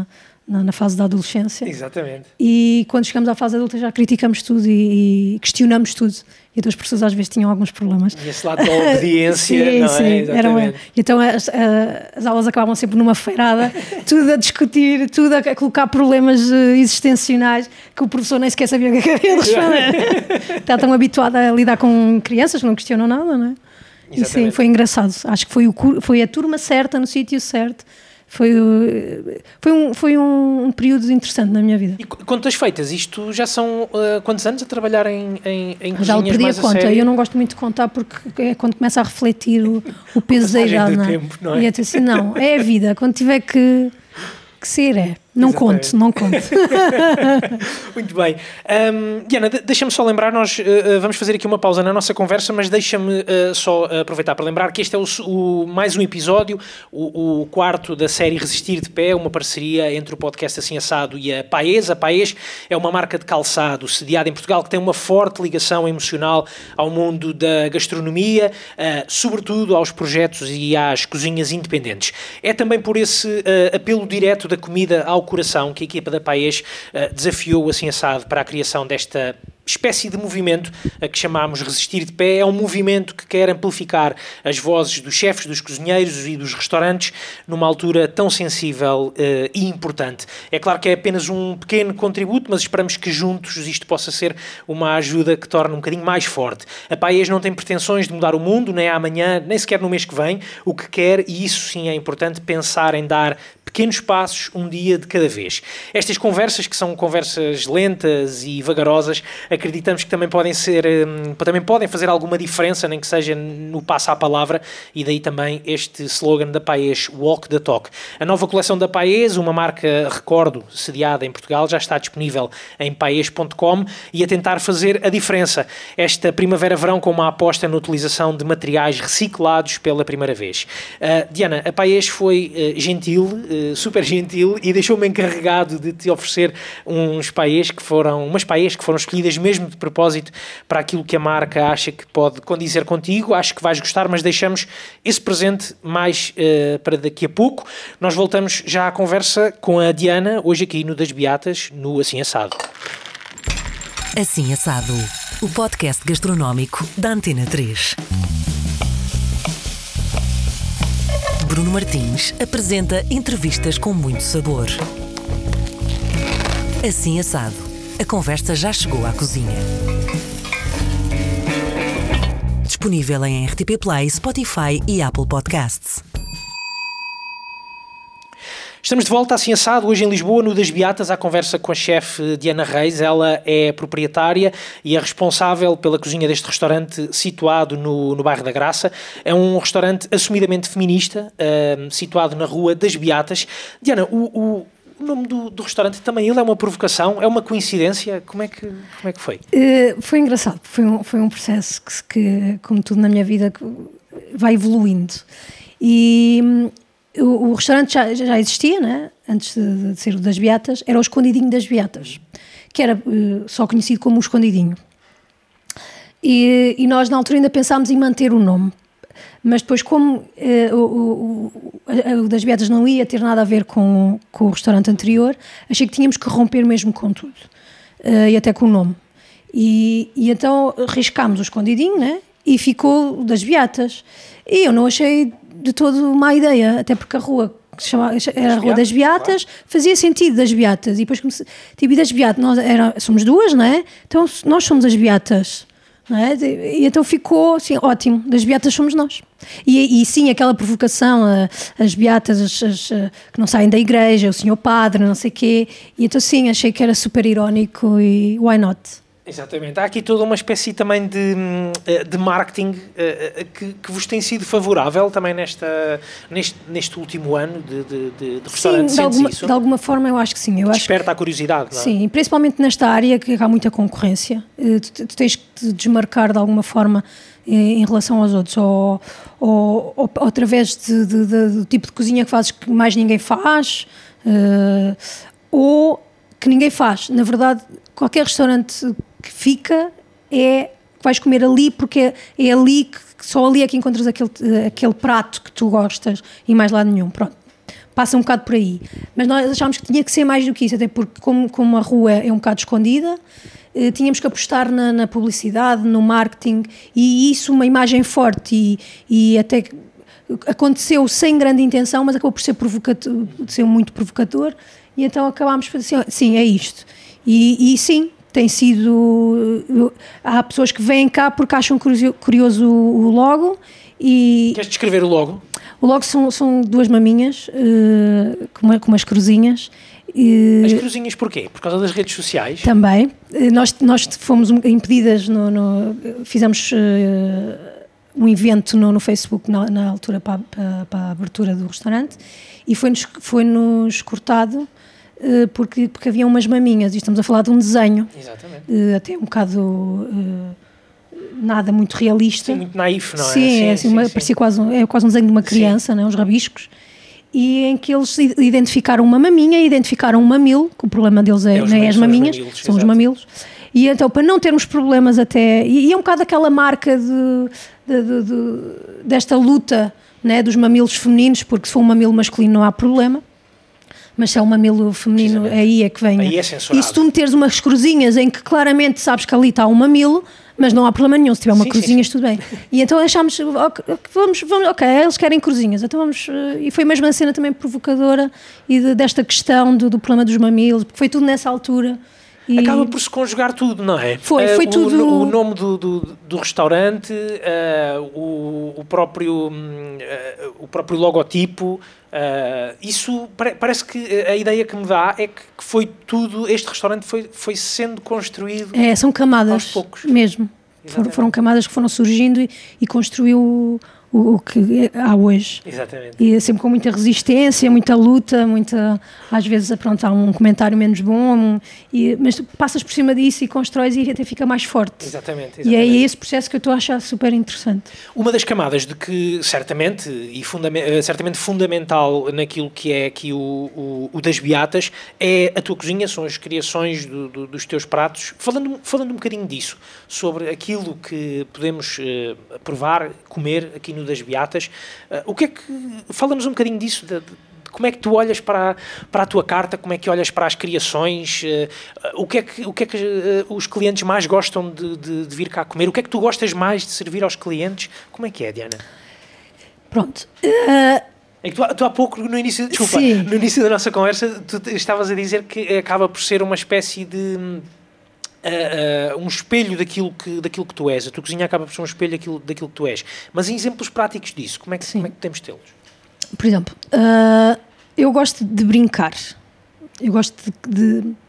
na, na fase da adolescência. Exatamente. E quando chegamos à fase adulta já criticamos tudo e, e questionamos tudo. E então as pessoas às vezes tinham alguns problemas. E esse lado da obediência, sim, não sim, é? Exatamente. Era, então as, as aulas acabavam sempre numa feirada, tudo a discutir, tudo a colocar problemas existenciais que o professor nem sequer sabia o que havia de responder. Está tão habituado a lidar com crianças que não questionam nada, não é? E sim, foi engraçado. Acho que foi, o, foi a turma certa no sítio certo. Foi, foi, um, foi um, um período interessante na minha vida. E contas feitas, isto já são uh, quantos anos a trabalhar em, em, em cozinhas? Já perdi mais a conta, a sério? Eu não gosto muito de contar porque é quando começa a refletir o, o peso da idade, não é? Tempo, não é? E até assim, não, é a vida, quando tiver que, que ser é. Não conto, não conto. Muito bem. Um, Diana, deixa-me só lembrar, nós uh, vamos fazer aqui uma pausa na nossa conversa, mas deixa-me uh, só aproveitar para lembrar que este é o, o, mais um episódio, o, o quarto da série Resistir de Pé, uma parceria entre o podcast Assim Assado e a Paes. A Paes é uma marca de calçado sediada em Portugal que tem uma forte ligação emocional ao mundo da gastronomia, uh, sobretudo aos projetos e às cozinhas independentes. É também por esse uh, apelo direto da comida ao coração que a equipa da Paes uh, desafiou o Assim Assado para a criação desta espécie de movimento a que chamámos Resistir de Pé. É um movimento que quer amplificar as vozes dos chefes, dos cozinheiros e dos restaurantes numa altura tão sensível uh, e importante. É claro que é apenas um pequeno contributo, mas esperamos que juntos isto possa ser uma ajuda que torne um bocadinho mais forte. A Paes não tem pretensões de mudar o mundo, nem amanhã, nem sequer no mês que vem. O que quer, e isso sim é importante, pensar em dar pequenos passos, um dia de cada vez. Estas conversas, que são conversas lentas e vagarosas, acreditamos que também podem ser, também podem fazer alguma diferença, nem que seja no passo à palavra, e daí também este slogan da Paes, Walk the Talk. A nova coleção da Paes, uma marca, recordo, sediada em Portugal, já está disponível em paes ponto com e a tentar fazer a diferença. Esta primavera-verão com uma aposta na utilização de materiais reciclados pela primeira vez. Uh, Diana, a Paes foi uh, gentil, uh, super gentil, e deixou-me encarregado de te oferecer uns paés que foram, umas paés que foram escolhidas mesmo de propósito para aquilo que a marca acha que pode condizer contigo. Acho que vais gostar, mas deixamos esse presente mais uh, para daqui a pouco. Nós voltamos já à conversa com a Diana, hoje aqui no Das Beatas, no Assim Assado. Assim Assado, o podcast gastronómico da Antena três. Bruno Martins apresenta entrevistas com muito sabor. Assim Assado, a conversa já chegou à cozinha. Disponível em R T P Play, Spotify e Apple Podcasts. Estamos de volta, Assim Assado, hoje em Lisboa, no Das Beatas, à conversa com a chefe Diana Reis. Ela é proprietária e é responsável pela cozinha deste restaurante situado no, no bairro da Graça. É um restaurante assumidamente feminista, uh, situado na Rua das Beatas. Diana, o, o, o nome do, do restaurante também ele é uma provocação? É uma coincidência? Como é que, como é que foi? Uh, foi engraçado. Foi um, foi um processo que, que, como tudo na minha vida, vai evoluindo. E... O, o restaurante já, já existia, né? Antes de, de ser o Das Beatas, era o Escondidinho das Beatas, que era uh, só conhecido como o Escondidinho. E, e nós na altura ainda pensámos em manter o nome, mas depois como uh, o, o, o Das Beatas não ia ter nada a ver com, com o restaurante anterior, achei que tínhamos que romper mesmo com tudo, uh, e até com o nome. E, e então riscámos o Escondidinho, né? E ficou o Das Beatas. E eu não achei de todo má ideia, até porque a rua que se chamava, era a Rua das Beatas, claro. Fazia sentido Das Beatas, e depois comecei, tipo, e Das Beatas, nós era, somos duas, não é? Então nós somos as Beatas, não é? E então ficou assim, ótimo, Das Beatas somos nós. E, e sim, aquela provocação, a, as Beatas as, as, que não saem da igreja, o senhor padre, não sei o quê, e então sim, achei que era super irónico e why not? Exatamente. Há aqui toda uma espécie também de, de marketing uh, que, que vos tem sido favorável também nesta, neste, neste último ano de, de, de, de restaurante. Sim, de alguma, de alguma forma eu acho que sim. Eu Desperta acho, a curiosidade, não é? Sim, principalmente nesta área que há muita concorrência. Tu, tu tens que te desmarcar de alguma forma em relação aos outros, ou, ou, ou, ou através de, de, de, do tipo de cozinha que fazes que mais ninguém faz, uh, ou que ninguém faz. Na verdade, qualquer restaurante que fica é que vais comer ali, porque é, é ali que só ali é que encontras aquele, aquele prato que tu gostas e mais lado nenhum. Pronto. passa um bocado por aí. Mas nós achámos que tinha que ser mais do que isso, até porque como, como a rua é um bocado escondida, eh, tínhamos que apostar na, na publicidade, no marketing, e isso, uma imagem forte, e, e até aconteceu sem grande intenção, mas acabou por ser, provocador, ser muito provocador, e então acabámos por dizer assim, sim, é isto. E, e sim, tem sido... Há pessoas que vêm cá porque acham curioso, curioso o logo. E queres descrever o logo? O logo são, são duas maminhas uh, com, uma, com umas cruzinhas. Uh, As cruzinhas porquê? Por causa das redes sociais? Também. Uh, nós, nós fomos impedidas, no, no, fizemos uh, um evento no, no Facebook na, na altura para, para, para a abertura do restaurante e foi-nos, foi-nos cortado uh, porque, porque havia umas maminhas, e estamos a falar de um desenho. Exatamente. Uh, até um bocado... Uh, nada muito realista. Sim, muito naif, não é? Sim, sim, é assim, sim, uma, sim. parecia quase um, é quase um desenho de uma criança, né, uns rabiscos, e em que eles identificaram uma maminha e identificaram um mamilo, que o problema deles é, é não é as maminhas, são os mamilos, são os mamilos. E então, para não termos problemas até... E, e é um bocado aquela marca de, de, de, de, desta luta, né, dos mamilos femininos, porque se for um mamilo masculino não há problema, mas se é um mamilo feminino, aí é que vem... Aí é censurado. E se tu meteres umas cruzinhas em que claramente sabes que ali está um mamilo, mas não há problema nenhum, se tiver uma sim, cruzinhas sim, sim. tudo bem. E então achámos, okay, vamos, vamos, ok, eles querem cruzinhas, então vamos... E foi mesmo uma cena também provocadora e de, desta questão do, do problema dos mamilos, porque foi tudo nessa altura. E acaba por se conjugar tudo, não é? Foi, foi uh, tudo... O, o nome do, do, do restaurante, uh, o, o, próprio, uh, o próprio logotipo, uh, isso pare, parece que a ideia que me dá é que foi tudo, este restaurante foi, foi sendo construído é, são camadas aos poucos. Mesmo. Foram, foram camadas que foram surgindo e, e construiu o, o que há hoje. Exatamente. E sempre com muita resistência, muita luta, muita, às vezes pronto, há um comentário menos bom, um, e, mas passas por cima disso e constróis e até fica mais forte. Exatamente, exatamente. E é esse processo que eu estou a achar super interessante. Uma das camadas de que certamente, e fundament, certamente fundamental naquilo que é aqui o, o, o das beatas é a tua cozinha, são as criações do, do, dos teus pratos. Falando, falando um bocadinho disso, sobre aquilo que podemos uh, provar, comer aqui no das beatas, uh, o que é que... Fala-nos um bocadinho disso, de, de como é que tu olhas para, para a tua carta, como é que olhas para as criações, uh, o que é que, o que, é que uh, os clientes mais gostam de, de, de vir cá comer, o que é que tu gostas mais de servir aos clientes, como é que é, Diana? Pronto. Uh... É que tu, tu há pouco, no início, desculpa, Sim. no início da nossa conversa, tu estavas a dizer que acaba por ser uma espécie de... Uh, uh, um espelho daquilo que, daquilo que tu és. A tua cozinha acaba por ser um espelho daquilo, daquilo que tu és. Mas em exemplos práticos disso, como é que, como é que temos de tê-los? Por exemplo, uh, eu gosto de brincar. Eu gosto de, de, de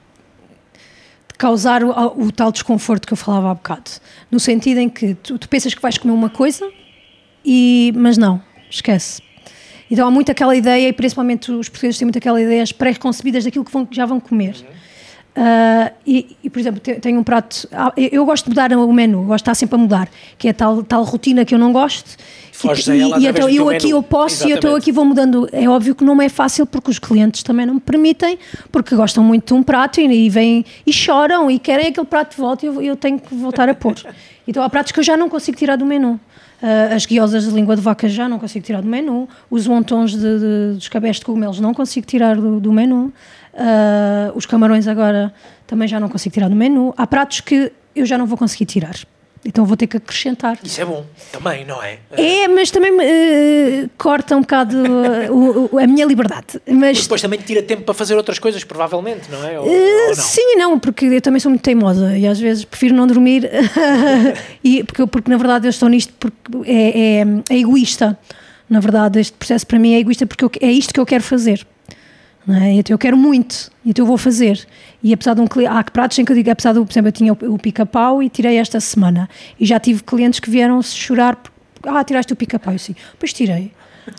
causar o, o tal desconforto que eu falava há bocado. No sentido em que tu, tu pensas que vais comer uma coisa, e, mas não, esquece. Então há muito aquela ideia, e principalmente os portugueses têm muito aquela ideias pré-concebidas daquilo que vão, já vão comer. Uhum. Uh, e, e, por exemplo, tenho um prato... Eu gosto de mudar o menu, gosto de estar sempre a mudar, que é tal, tal rotina que eu não gosto. Foges e, a ela e então eu aqui menu. eu posso Exatamente. E eu estou aqui vou mudando. É óbvio que não é fácil porque os clientes também não me permitem, porque gostam muito de um prato e, e vêm e choram e querem aquele prato de volta e eu, eu tenho que voltar a pôr. Então há pratos que eu já não consigo tirar do menu. Uh, as guiosas de língua de vaca já não consigo tirar do menu, os wontons de, de, dos cabés de cogumelos não consigo tirar do, do menu, uh, os camarões agora também já não consigo tirar do menu. Há pratos que eu já não vou conseguir tirar, então vou ter que acrescentar. Isso é bom, também, não é? É, mas também uh, corta um bocado uh, o, a minha liberdade. Mas depois também tira tempo para fazer outras coisas, provavelmente, não é? Ou, uh, ou não? Sim e não, porque eu também sou muito teimosa e às vezes prefiro não dormir e, porque, porque na verdade eu estou nisto porque é, é, é egoísta. Na verdade este processo para mim é egoísta porque eu, é isto que eu quero fazer. Não é? Então eu quero muito, então eu vou fazer. E apesar de um cliente, há pratos em que eu digo, apesar de, por exemplo, eu tinha o, o pica-pau e tirei esta semana. E já tive clientes que vieram-se chorar, porque, ah, tiraste o pica-pau. Eu sim, pois tirei.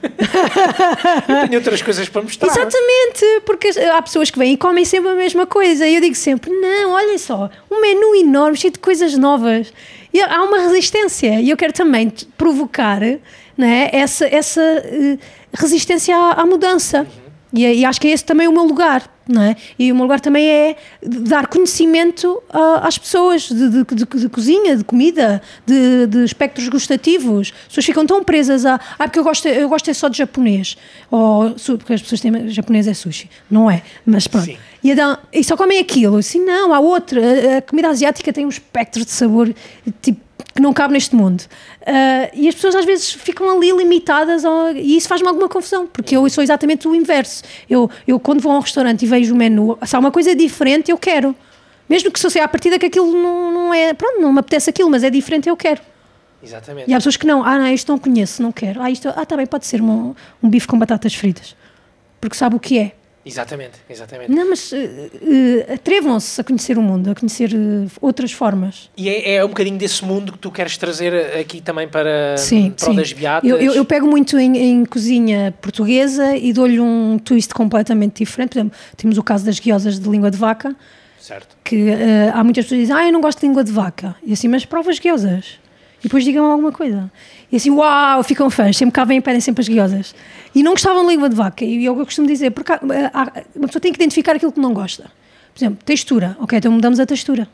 Eu tenho outras coisas para mostrar. Exatamente, porque há pessoas que vêm e comem sempre a mesma coisa. E eu digo sempre, não, olhem só, um menu enorme, cheio de coisas novas. E há uma resistência. E eu quero também provocar, não é, essa, essa uh, resistência à, à mudança. Uhum. E, e acho que é esse também o meu lugar, não é? E o meu lugar também é dar conhecimento a, às pessoas de, de, de, de cozinha, de comida, de, de espectros gustativos. As pessoas ficam tão presas a... Ah, porque eu gosto, eu gosto é só de japonês. Ou, porque as pessoas têm... Japonês é sushi. Não é, mas pronto. Sim. E, então, e só comem aquilo. Assim, não, há outra. A, a comida asiática tem um espectro de sabor, tipo, que não cabe neste mundo. Uh, e as pessoas às vezes ficam ali limitadas ao, e isso faz-me alguma confusão, porque eu sou exatamente o inverso. Eu, eu quando vou a um restaurante e vejo o menu, se há uma coisa diferente, eu quero. Mesmo que se eu sei à partida que aquilo não, não é... Pronto, não me apetece aquilo, mas é diferente, eu quero. Exatamente. E há pessoas que não. Ah, não, isto não conheço, não quero. Ah, isto, ah tá bem, pode ser um, um bife com batatas fritas. Porque sabe o que é. Exatamente, exatamente. Não, mas uh, uh, atrevam-se a conhecer o mundo, a conhecer uh, outras formas. E é, é um bocadinho desse mundo que tu queres trazer aqui também para, sim, para o das beatas? Eu, eu, eu pego muito em, em cozinha portuguesa e dou-lhe um twist completamente diferente. Por exemplo, temos o caso das guiosas de língua de vaca. Certo. Que uh, há muitas pessoas que dizem, ah, eu não gosto de língua de vaca. E assim, mas prova as guiosas. E depois digam alguma coisa. E assim, uau, ficam fãs, sempre cá vêm e pedem sempre as guiosas. E não gostavam de língua de vaca. E eu costumo dizer, porque há, há, uma pessoa tem que identificar aquilo que não gosta. Por exemplo, textura. Ok, então mudamos a textura.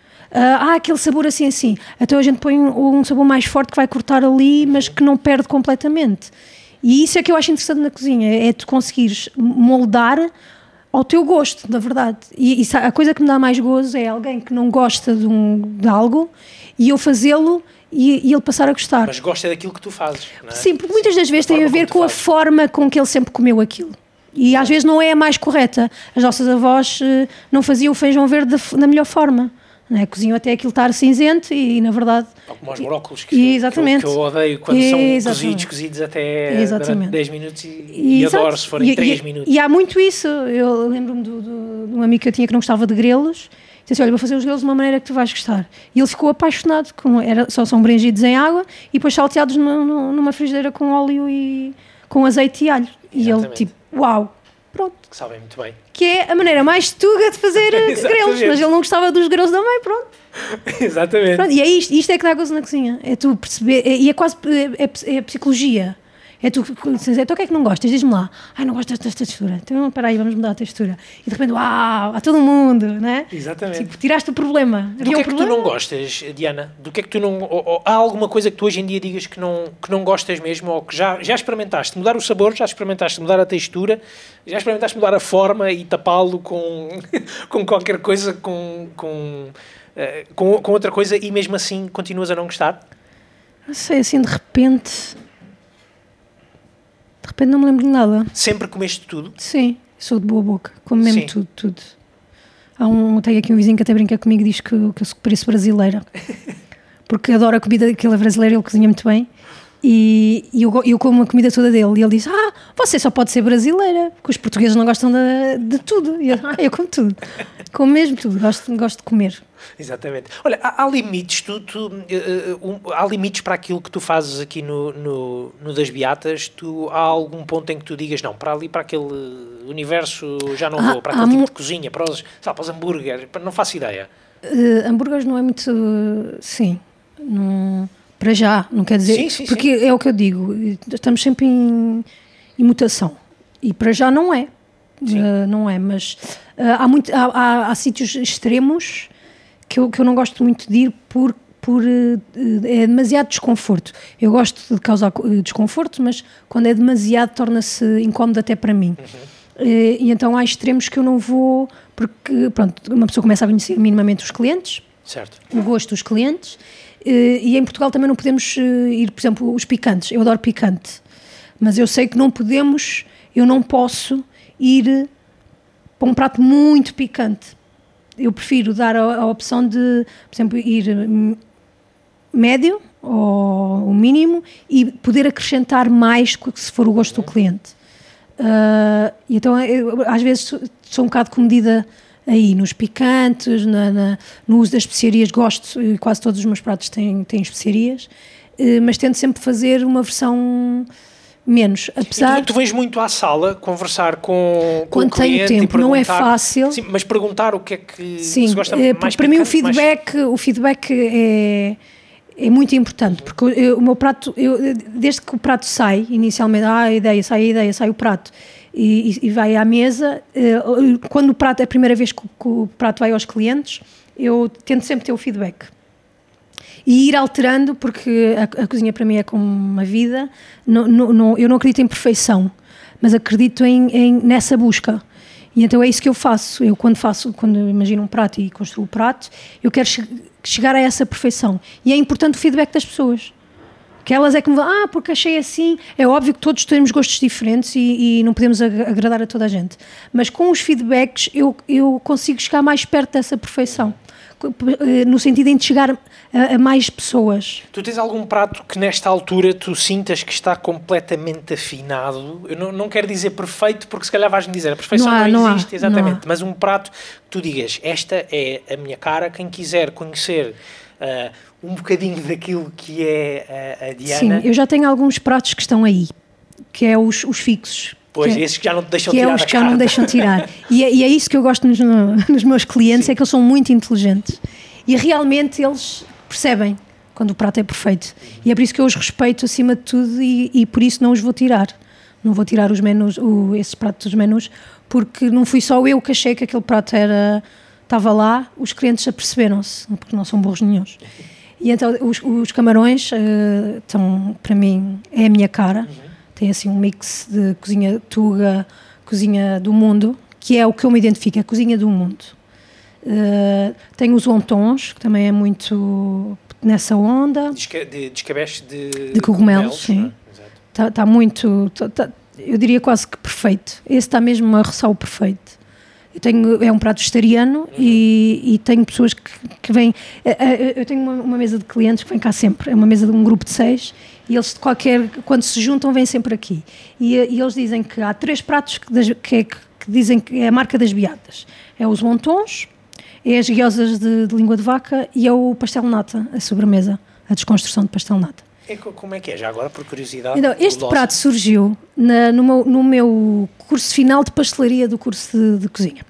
Ah, aquele sabor assim, assim. Então a gente põe um, um sabor mais forte que vai cortar ali, mas que não perde completamente. E isso é que eu acho interessante na cozinha, é tu conseguires moldar ao teu gosto, na verdade. E, e a coisa que me dá mais gozo é alguém que não gosta de, um, de algo e eu fazê-lo e, e ele passar a gostar. Mas gosta daquilo que tu fazes, não é? Sim, porque muitas das vezes a tem a ver com a fazes. forma com que ele sempre comeu aquilo. E às vezes não é a mais correta. As nossas avós uh, não faziam o feijão verde da, da melhor forma. Não é? Cozinham até aquilo estar cinzento e, na verdade... Ou como os brócolos, que, e, exatamente. Que, eu, que eu odeio quando exatamente. são cozidos, cozidos até exatamente. durante dez minutos e, e, e adoro se forem e, três e, minutos. E há muito isso. Eu lembro-me do, do, de um amigo que eu tinha que não gostava de grelos. Disse assim, olha, vou fazer os grelos de uma maneira que tu vais gostar. E ele ficou apaixonado. Com, era, só são brangidos em água e depois salteados numa, numa frigideira com óleo e com azeite e alho. E exatamente. ele tipo, uau, pronto. Que sabem muito bem. Que é a maneira mais tuga de fazer grelos. Mas ele não gostava dos grelos também, pronto. Exatamente. Pronto, e é isto, isto é que dá gozo na cozinha. É tu perceber, é, e é quase é, é psicologia. É tu, então o que é que não gostas? Diz-me lá. Ai, não gosto desta textura. Então, espera aí, vamos mudar a textura. E de repente, uau, há todo mundo, não é? Exatamente. Tipo, tiraste o problema. Do que é que tu não gostas, Diana? Do que é que tu não... Ou, ou, há alguma coisa que tu hoje em dia digas que não, que não gostas mesmo? Ou que já, já experimentaste mudar o sabor, já experimentaste mudar a textura, já experimentaste mudar a forma e tapá-lo com, com qualquer coisa, com... com Uh, com, com outra coisa e mesmo assim continuas a não gostar? Não sei, assim de repente de repente não me lembro de nada. Sempre comeste tudo? Sim, sou de boa boca, como mesmo. Sim. tudo, tudo. Há um, tenho aqui um vizinho que até brinca comigo e diz que, que eu pareço brasileira porque adoro a comida daquela brasileira, ele cozinha muito bem e, e eu, eu como a comida toda dele e ele diz, ah, você só pode ser brasileira porque os portugueses não gostam de, de tudo e eu, ah, eu como tudo, como mesmo tudo, gosto, gosto de comer. Exatamente. Olha, há, há limites, tu, tu, uh, um, há limites para aquilo que tu fazes aqui no, no, no Das Beatas? Tu, há algum ponto em que tu digas, não, para ali, para aquele universo já não ah, vou, para aquele tipo de cozinha, para os, sabe, para os hambúrgueres, não faço ideia. Uh, hambúrgueres não é muito, uh, sim, não, para já, não quer dizer, sim, sim, porque sim. É o que eu digo, estamos sempre em, em mutação e para já não é, uh, não é, mas uh, há, muito, há, há, há sítios extremos que eu, que eu não gosto muito de ir por, por uh, é demasiado desconforto. Eu gosto de causar uh, desconforto, mas quando é demasiado torna-se incómodo até para mim. Uhum. Uh, e então há extremos que eu não vou, porque pronto, uma pessoa começa a conhecer minimamente os clientes, certo. O gosto dos clientes, uh, e em Portugal também não podemos uh, ir, por exemplo, os picantes. Eu adoro picante, mas eu sei que não podemos, eu não posso ir para um prato muito picante. Eu prefiro dar a, a opção de, por exemplo, ir médio ou o mínimo e poder acrescentar mais se for o gosto do cliente. Uh, e então, eu, às vezes, sou um bocado comedida aí, nos picantes, na, na, no uso das especiarias. Gosto, quase todos os meus pratos têm, têm especiarias, uh, mas tento sempre fazer uma versão... menos, apesar... Tu, tu vens muito à sala conversar com, com quando o cliente tenho tempo, e não é fácil. Sim, mas perguntar o que é que sim, se gosta é, mais para mim o picante, feedback, mais... o feedback é, é muito importante, porque eu, o meu prato, eu, desde que o prato sai, inicialmente, ah, a ideia, sai a ideia, sai o prato, e, e vai à mesa. Quando o prato, é a primeira vez que o prato vai aos clientes, eu tento sempre ter o feedback. E ir alterando, porque a, a cozinha para mim é como uma vida. Não, não, não, eu não acredito em perfeição, mas acredito em, em, nessa busca. E então é isso que eu faço. Eu quando faço, quando imagino um prato e construo o prato, eu quero che- chegar a essa perfeição. E é importante o feedback das pessoas. Que elas é que me vão, ah, porque achei assim. É óbvio que todos temos gostos diferentes e, e não podemos ag- agradar a toda a gente. Mas com os feedbacks eu, eu consigo chegar mais perto dessa perfeição. No sentido de chegar a, a mais pessoas. Tu tens algum prato que nesta altura tu sintas que está completamente afinado? Eu não, não quero dizer perfeito, porque se calhar vais-me dizer a perfeição não, há, não, não existe, há, exatamente, não mas um prato que tu digas, esta é a minha cara, quem quiser conhecer uh, um bocadinho daquilo que é a, a Diana... Sim, eu já tenho alguns pratos que estão aí, que é os, os fixos. Pois, que, esses que já não te deixam que tirar é os da que já carta. não deixam tirar. E é, e é isso que eu gosto nos, nos meus clientes, Sim. é que eles são muito inteligentes. E realmente eles percebem quando o prato é perfeito. E é por isso que eu os respeito acima de tudo e, e por isso não os vou tirar. Não vou tirar os menus, o, esses pratos dos menus, porque não fui só eu que achei que aquele prato era, estava lá, os clientes aperceberam-se, porque não são burros nenhuns. E então os, os camarões uh, estão, para mim, é a minha cara. Uhum. Tem assim um mix de cozinha tuga, cozinha do mundo, que é o que eu me identifico, é a cozinha do mundo. Uh, tenho os wontons, que também é muito nessa onda. Desca, de descabeche de, de cogumelos, sim. Está tá muito, tá, tá, eu diria quase que perfeito. Esse está mesmo a roçar o perfeito. Eu tenho, é um prato vegetariano uhum. e, e tenho pessoas que, que vêm... Eu tenho uma, uma mesa de clientes que vem cá sempre, é uma mesa de um grupo de seis, e eles de qualquer, quando se juntam, vêm sempre aqui. E, e eles dizem que há três pratos que, que, é, que dizem que é a marca das beatas. É os wontons, é as guiosas de, de língua de vaca e é o pastel nata, a sobremesa, a desconstrução de pastel nata. É, como é que é? Já agora, por curiosidade. Então, este prato surgiu na, no, meu, no meu curso final de pastelaria do curso de, de cozinha,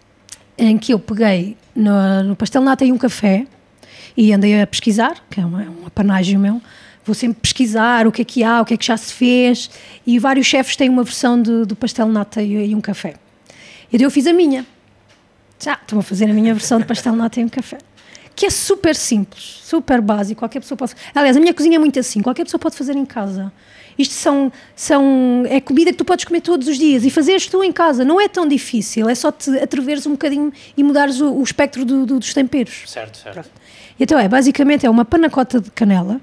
em que eu peguei no, no pastel nata e um café e andei a pesquisar, que é, uma, é um apanágio meu. Vou sempre pesquisar o que é que há, o que é que já se fez, e vários chefes têm uma versão de, do pastel nata e, e um café. E daí eu fiz a minha. Já, estou a fazer a minha versão de pastel nata e um café. Que é super simples, super básico, qualquer pessoa pode... Aliás, a minha cozinha é muito assim, qualquer pessoa pode fazer em casa. Isto são, são, é comida que tu podes comer todos os dias e fazeres tu em casa. Não é tão difícil, é só te atreveres um bocadinho e mudares o, o espectro do, do, dos temperos. Certo, certo. E então é, basicamente é uma panacota de canela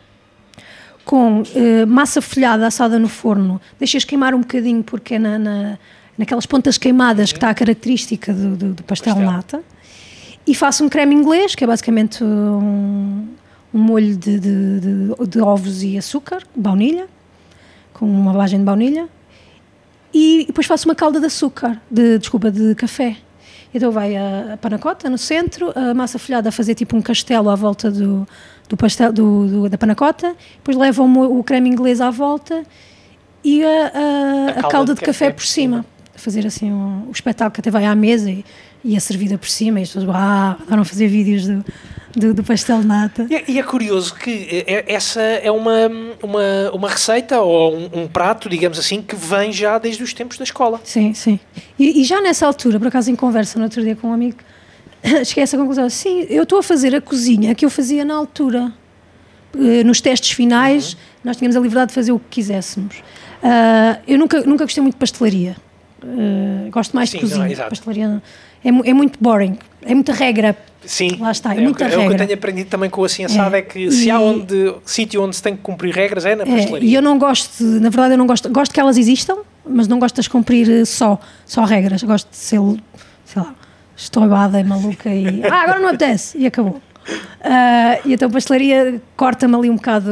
com eh, massa folhada assada no forno. Deixas queimar um bocadinho porque é na, na, naquelas pontas queimadas uhum. que está a característica do, do, do pastel, pastel nata. E faço um creme inglês, que é basicamente um, um molho de, de, de, de ovos e açúcar, baunilha, com uma lavagem de baunilha. E depois faço uma calda de açúcar, de, desculpa, de café. Então vai a, a panacota no centro, a massa folhada a fazer tipo um castelo à volta do, do pastel, do, do, da panacota. Depois levam o, o creme inglês à volta e a, a, a, a calda, calda de, de café, café por cima. A fazer assim um, o espetáculo que até vai à mesa e e a servida por cima, e as pessoas ah, adoram fazer vídeos do, do, do pastel nata. E é, e é curioso que essa é uma, uma, uma receita ou um, um prato, digamos assim, que vem já desde os tempos da escola. Sim, sim. E, e já nessa altura, por acaso em conversa no outro dia com um amigo, cheguei a essa conclusão, sim, eu estou a fazer a cozinha que eu fazia na altura. Nos testes finais, uhum. nós tínhamos a liberdade de fazer o que quiséssemos. Uh, eu nunca, nunca gostei muito de pastelaria. Uh, gosto mais sim, de cozinha. Não, pastelaria não. É, é muito boring, é muita regra. Sim, lá está, é, é muita o que, regra. É o que eu tenho aprendido também com o Assim Assado, é, é que se e, há onde, sítio onde se tem que cumprir regras é na pastelaria. É, e eu não gosto, de, na verdade eu não gosto, gosto que elas existam, mas não gosto de as cumprir só, só regras. Gosto de ser, sei lá, estoibada e maluca e ah, agora não apetece, e acabou. Uh, e então a pastelaria corta-me ali um bocado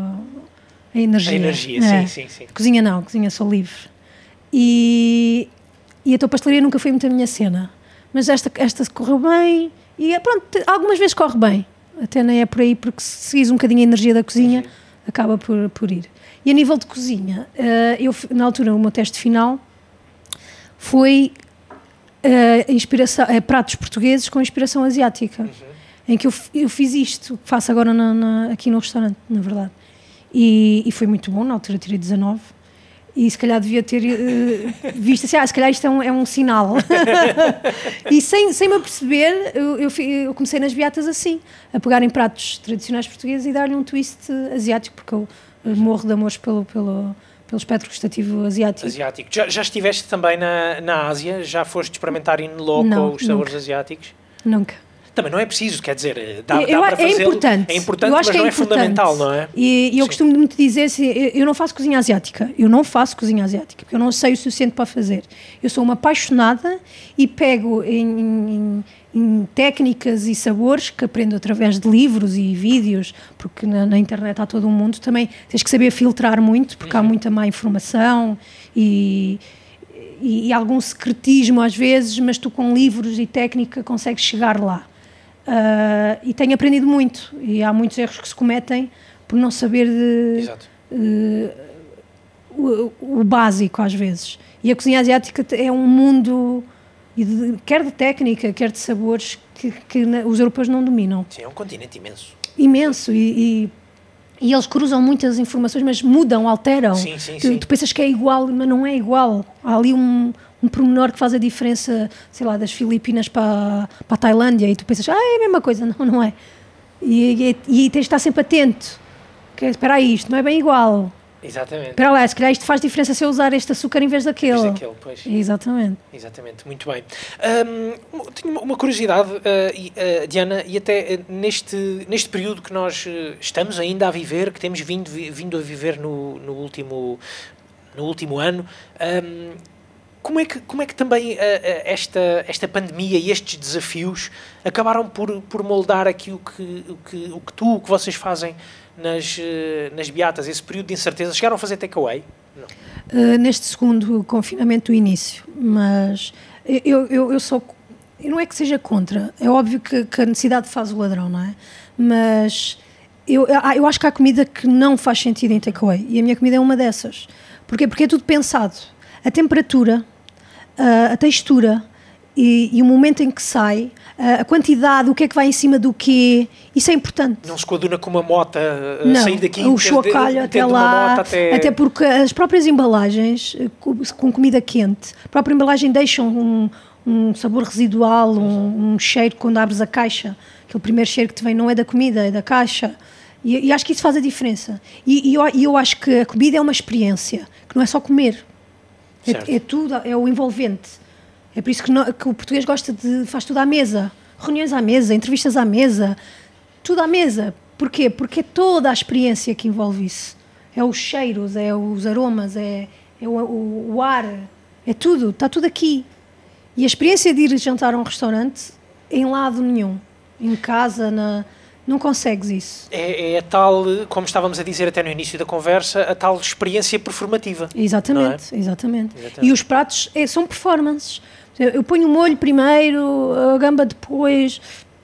a energia. A energia, é. sim, sim, sim. Cozinha não, cozinha sou livre. E, e então a pastelaria nunca foi muito a minha cena. Mas esta, esta correu bem e pronto, algumas vezes corre bem, até nem é por aí, porque se seguis um bocadinho a energia da cozinha, uhum. acaba por, por ir. E a nível de cozinha, uh, eu, na altura, o meu teste final foi uh, inspiração, uh, pratos portugueses com inspiração asiática, uhum. em que eu, eu fiz isto, que faço agora na, na, aqui no restaurante, na verdade. E, e foi muito bom, na altura tirei dezanove. E se calhar devia ter uh, visto assim, ah, se calhar isto é um, é um sinal. E sem, sem me aperceber, eu, eu, eu comecei nas beatas assim, a pegar em pratos tradicionais portugueses e dar-lhe um twist asiático, porque eu uh, morro de amores pelo, pelo, pelo espectro gustativo asiático. Asiático. Já, já estiveste também na, na Ásia? Já foste experimentar in loco Não, os sabores nunca. asiáticos? Nunca. Também não é preciso, quer dizer, dá, Eu, dá para é fazê-lo. importante. É importante, eu acho mas que não é, é fundamental, não é? E, e eu Sim. costumo muito dizer assim, eu não faço cozinha asiática. Eu não faço cozinha asiática, porque eu não sei o suficiente para fazer. Eu sou uma apaixonada e pego em, em, em técnicas e sabores que aprendo através de livros e vídeos, porque na, na internet há todo um mundo. Também tens que saber filtrar muito, porque uhum. há muita má informação e... E, e algum secretismo às vezes, mas tu com livros e técnica consegues chegar lá. Uh, e tenho aprendido muito, e há muitos erros que se cometem por não saber de, uh, o, o básico às vezes. E a cozinha asiática é um mundo, de, quer de técnica, quer de sabores, que, que os europeus não dominam. Sim, é um continente imenso. Imenso, e... e E eles cruzam muitas informações, mas mudam, alteram. Sim, sim, tu, sim. tu pensas que é igual, mas não é igual. Há ali um, um pormenor que faz a diferença, sei lá, das Filipinas para, para a Tailândia, e tu pensas, ah, é a mesma coisa. Não, não é. E, e, e tens de estar sempre atento. Que, espera aí, isto não é bem igual. Exatamente. Espera lá, se calhar isto faz diferença se eu usar este açúcar em vez daquele. Em vez daquele, pois. Exatamente. Exatamente, muito bem. Um, tenho uma curiosidade, uh, uh, Diana, e até uh, neste, neste período que nós uh, estamos ainda a viver, que temos vindo, vi, vindo a viver no, no, último, no último ano, um, como, é que, como é que também uh, uh, esta, esta pandemia e estes desafios acabaram por, por moldar aqui o que, o, que, o que tu, o que vocês fazem nas, nas beatas, esse período de incerteza? Chegaram a fazer takeaway? Não. Uh, neste segundo confinamento do início, mas eu, eu, eu sou, eu não é que seja contra, é óbvio que, que a necessidade faz o ladrão, não é? Mas eu, eu acho que há comida que não faz sentido em takeaway, e a minha comida é uma dessas. Porquê? Porque é tudo pensado. A temperatura, a, a textura e, e o momento em que sai, a quantidade, o que é que vai em cima do quê, isso é importante. Não se coaduna com uma mota, não, sair daqui o chocalho até lá, até... até porque as próprias embalagens com comida quente, a própria embalagem deixam um, um sabor residual, um, um cheiro quando abres a caixa, aquele primeiro cheiro que te vem não é da comida, é da caixa, e, e acho que isso faz a diferença. E, e eu, eu acho que a comida é uma experiência, que não é só comer, é, é tudo, é o envolvente. É por isso que, no, que o português gosta de... faz tudo à mesa. Reuniões à mesa, entrevistas à mesa. Tudo à mesa. Porquê? Porque é toda a experiência que envolve isso. É os cheiros, é os aromas, é, é o, o, o ar. É tudo. Está tudo aqui. E a experiência de ir jantar a um restaurante, em lado nenhum. Em casa, na... não consegues isso. É, é a tal, como estávamos a dizer até no início da conversa, a tal experiência performativa. Exatamente, é? exatamente. Exatamente. E os pratos é, são performances. Eu ponho o molho primeiro, a gamba depois,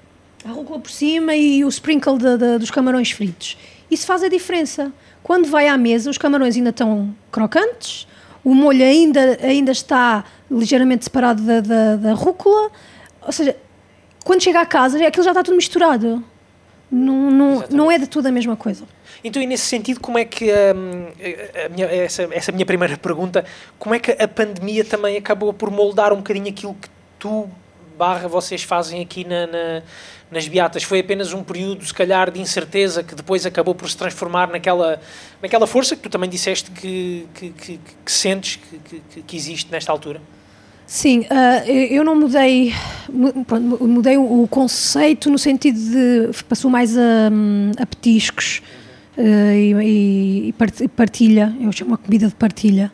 a rúcula por cima e o sprinkle de, de, dos camarões fritos. Isso faz a diferença. Quando vai à mesa, os camarões ainda estão crocantes, o molho ainda, ainda está ligeiramente separado da, da, da rúcula, ou seja, quando chega à casa, aquilo já está tudo misturado. Não, não, não é de tudo a mesma coisa. Então, e nesse sentido, como é que hum, a minha, essa, essa minha primeira pergunta, como é que a pandemia também acabou por moldar um bocadinho aquilo que tu barra vocês fazem aqui na, na, nas beatas? Foi apenas um período, se calhar, de incerteza que depois acabou por se transformar naquela, naquela força que tu também disseste que, que, que, que sentes que, que, que existe nesta altura? Sim, uh, eu não mudei, mudei o conceito no sentido de passou mais a, a petiscos uh, e, e partilha, eu chamo a comida de partilha,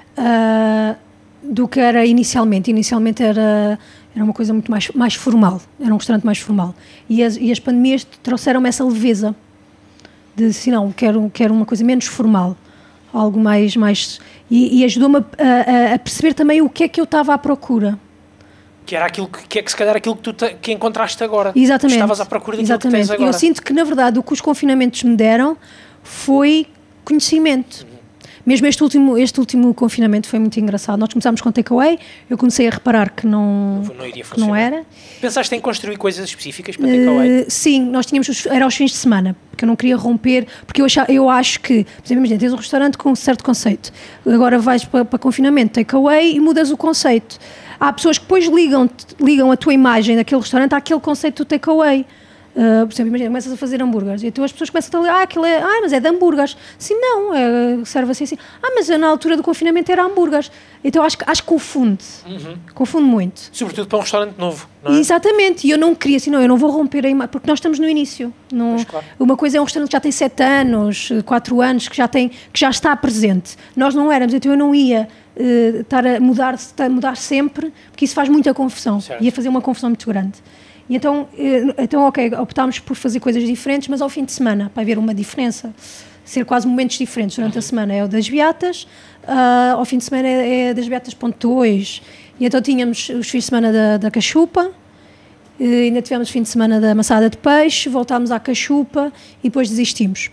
uh, do que era inicialmente. Inicialmente era, era uma coisa muito mais, mais formal, era um restaurante mais formal. E as, e as pandemias trouxeram-me essa leveza de assim, não, quero, quero uma coisa menos formal. Algo mais, mais e, e ajudou-me a, a, a perceber também o que é que eu estava à procura. Que era aquilo que, que é que se calhar aquilo que tu te, que encontraste agora. Exatamente. Estavas à procura daquilo Exatamente. que tens agora. Eu sinto que, na verdade, o que os confinamentos me deram foi conhecimento. Uhum. Mesmo este último, este último confinamento foi muito engraçado. Nós começámos com takeaway, eu comecei a reparar que não, não, iria que não era. Pensaste em construir coisas específicas para takeaway? Uh, sim, nós tínhamos, os, era aos fins de semana, porque eu não queria romper, porque eu, achava, eu acho que, por exemplo, imagina, tens um restaurante com um certo conceito, agora vais para, para confinamento, takeaway, e mudas o conceito. Há pessoas que depois ligam, ligam a tua imagem daquele restaurante àquele conceito do takeaway. Uh, por exemplo, imagina, começas a fazer hambúrgueres e então as pessoas começam a dizer, ah, aquilo é, ah, mas é de hambúrgueres. Sim, não, é, serve assim, assim. Ah, mas na altura do confinamento era hambúrgueres. Então acho, acho que confunde, uhum. confunde muito. Sobretudo para um restaurante novo, não é? Exatamente, e eu não queria, assim, não, eu não vou romper a imagem, porque nós estamos no início. Não, pois, claro. Uma coisa é um restaurante que já tem sete anos, quatro anos, que já, tem, que já está presente. Nós não éramos, então eu não ia uh, estar a mudar, a mudar sempre, porque isso faz muita confusão, certo. Ia fazer uma confusão muito grande. E então, então, ok, optámos por fazer coisas diferentes, mas ao fim de semana, para haver uma diferença, ser quase momentos diferentes. Durante uhum. a semana é o das beatas, uh, ao fim de semana é, é das beatas ponto dois. E então tínhamos os fins de semana da, da cachupa, ainda tivemos o fim de semana da maçada de peixe, voltámos à cachupa e depois desistimos.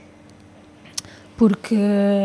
Porque...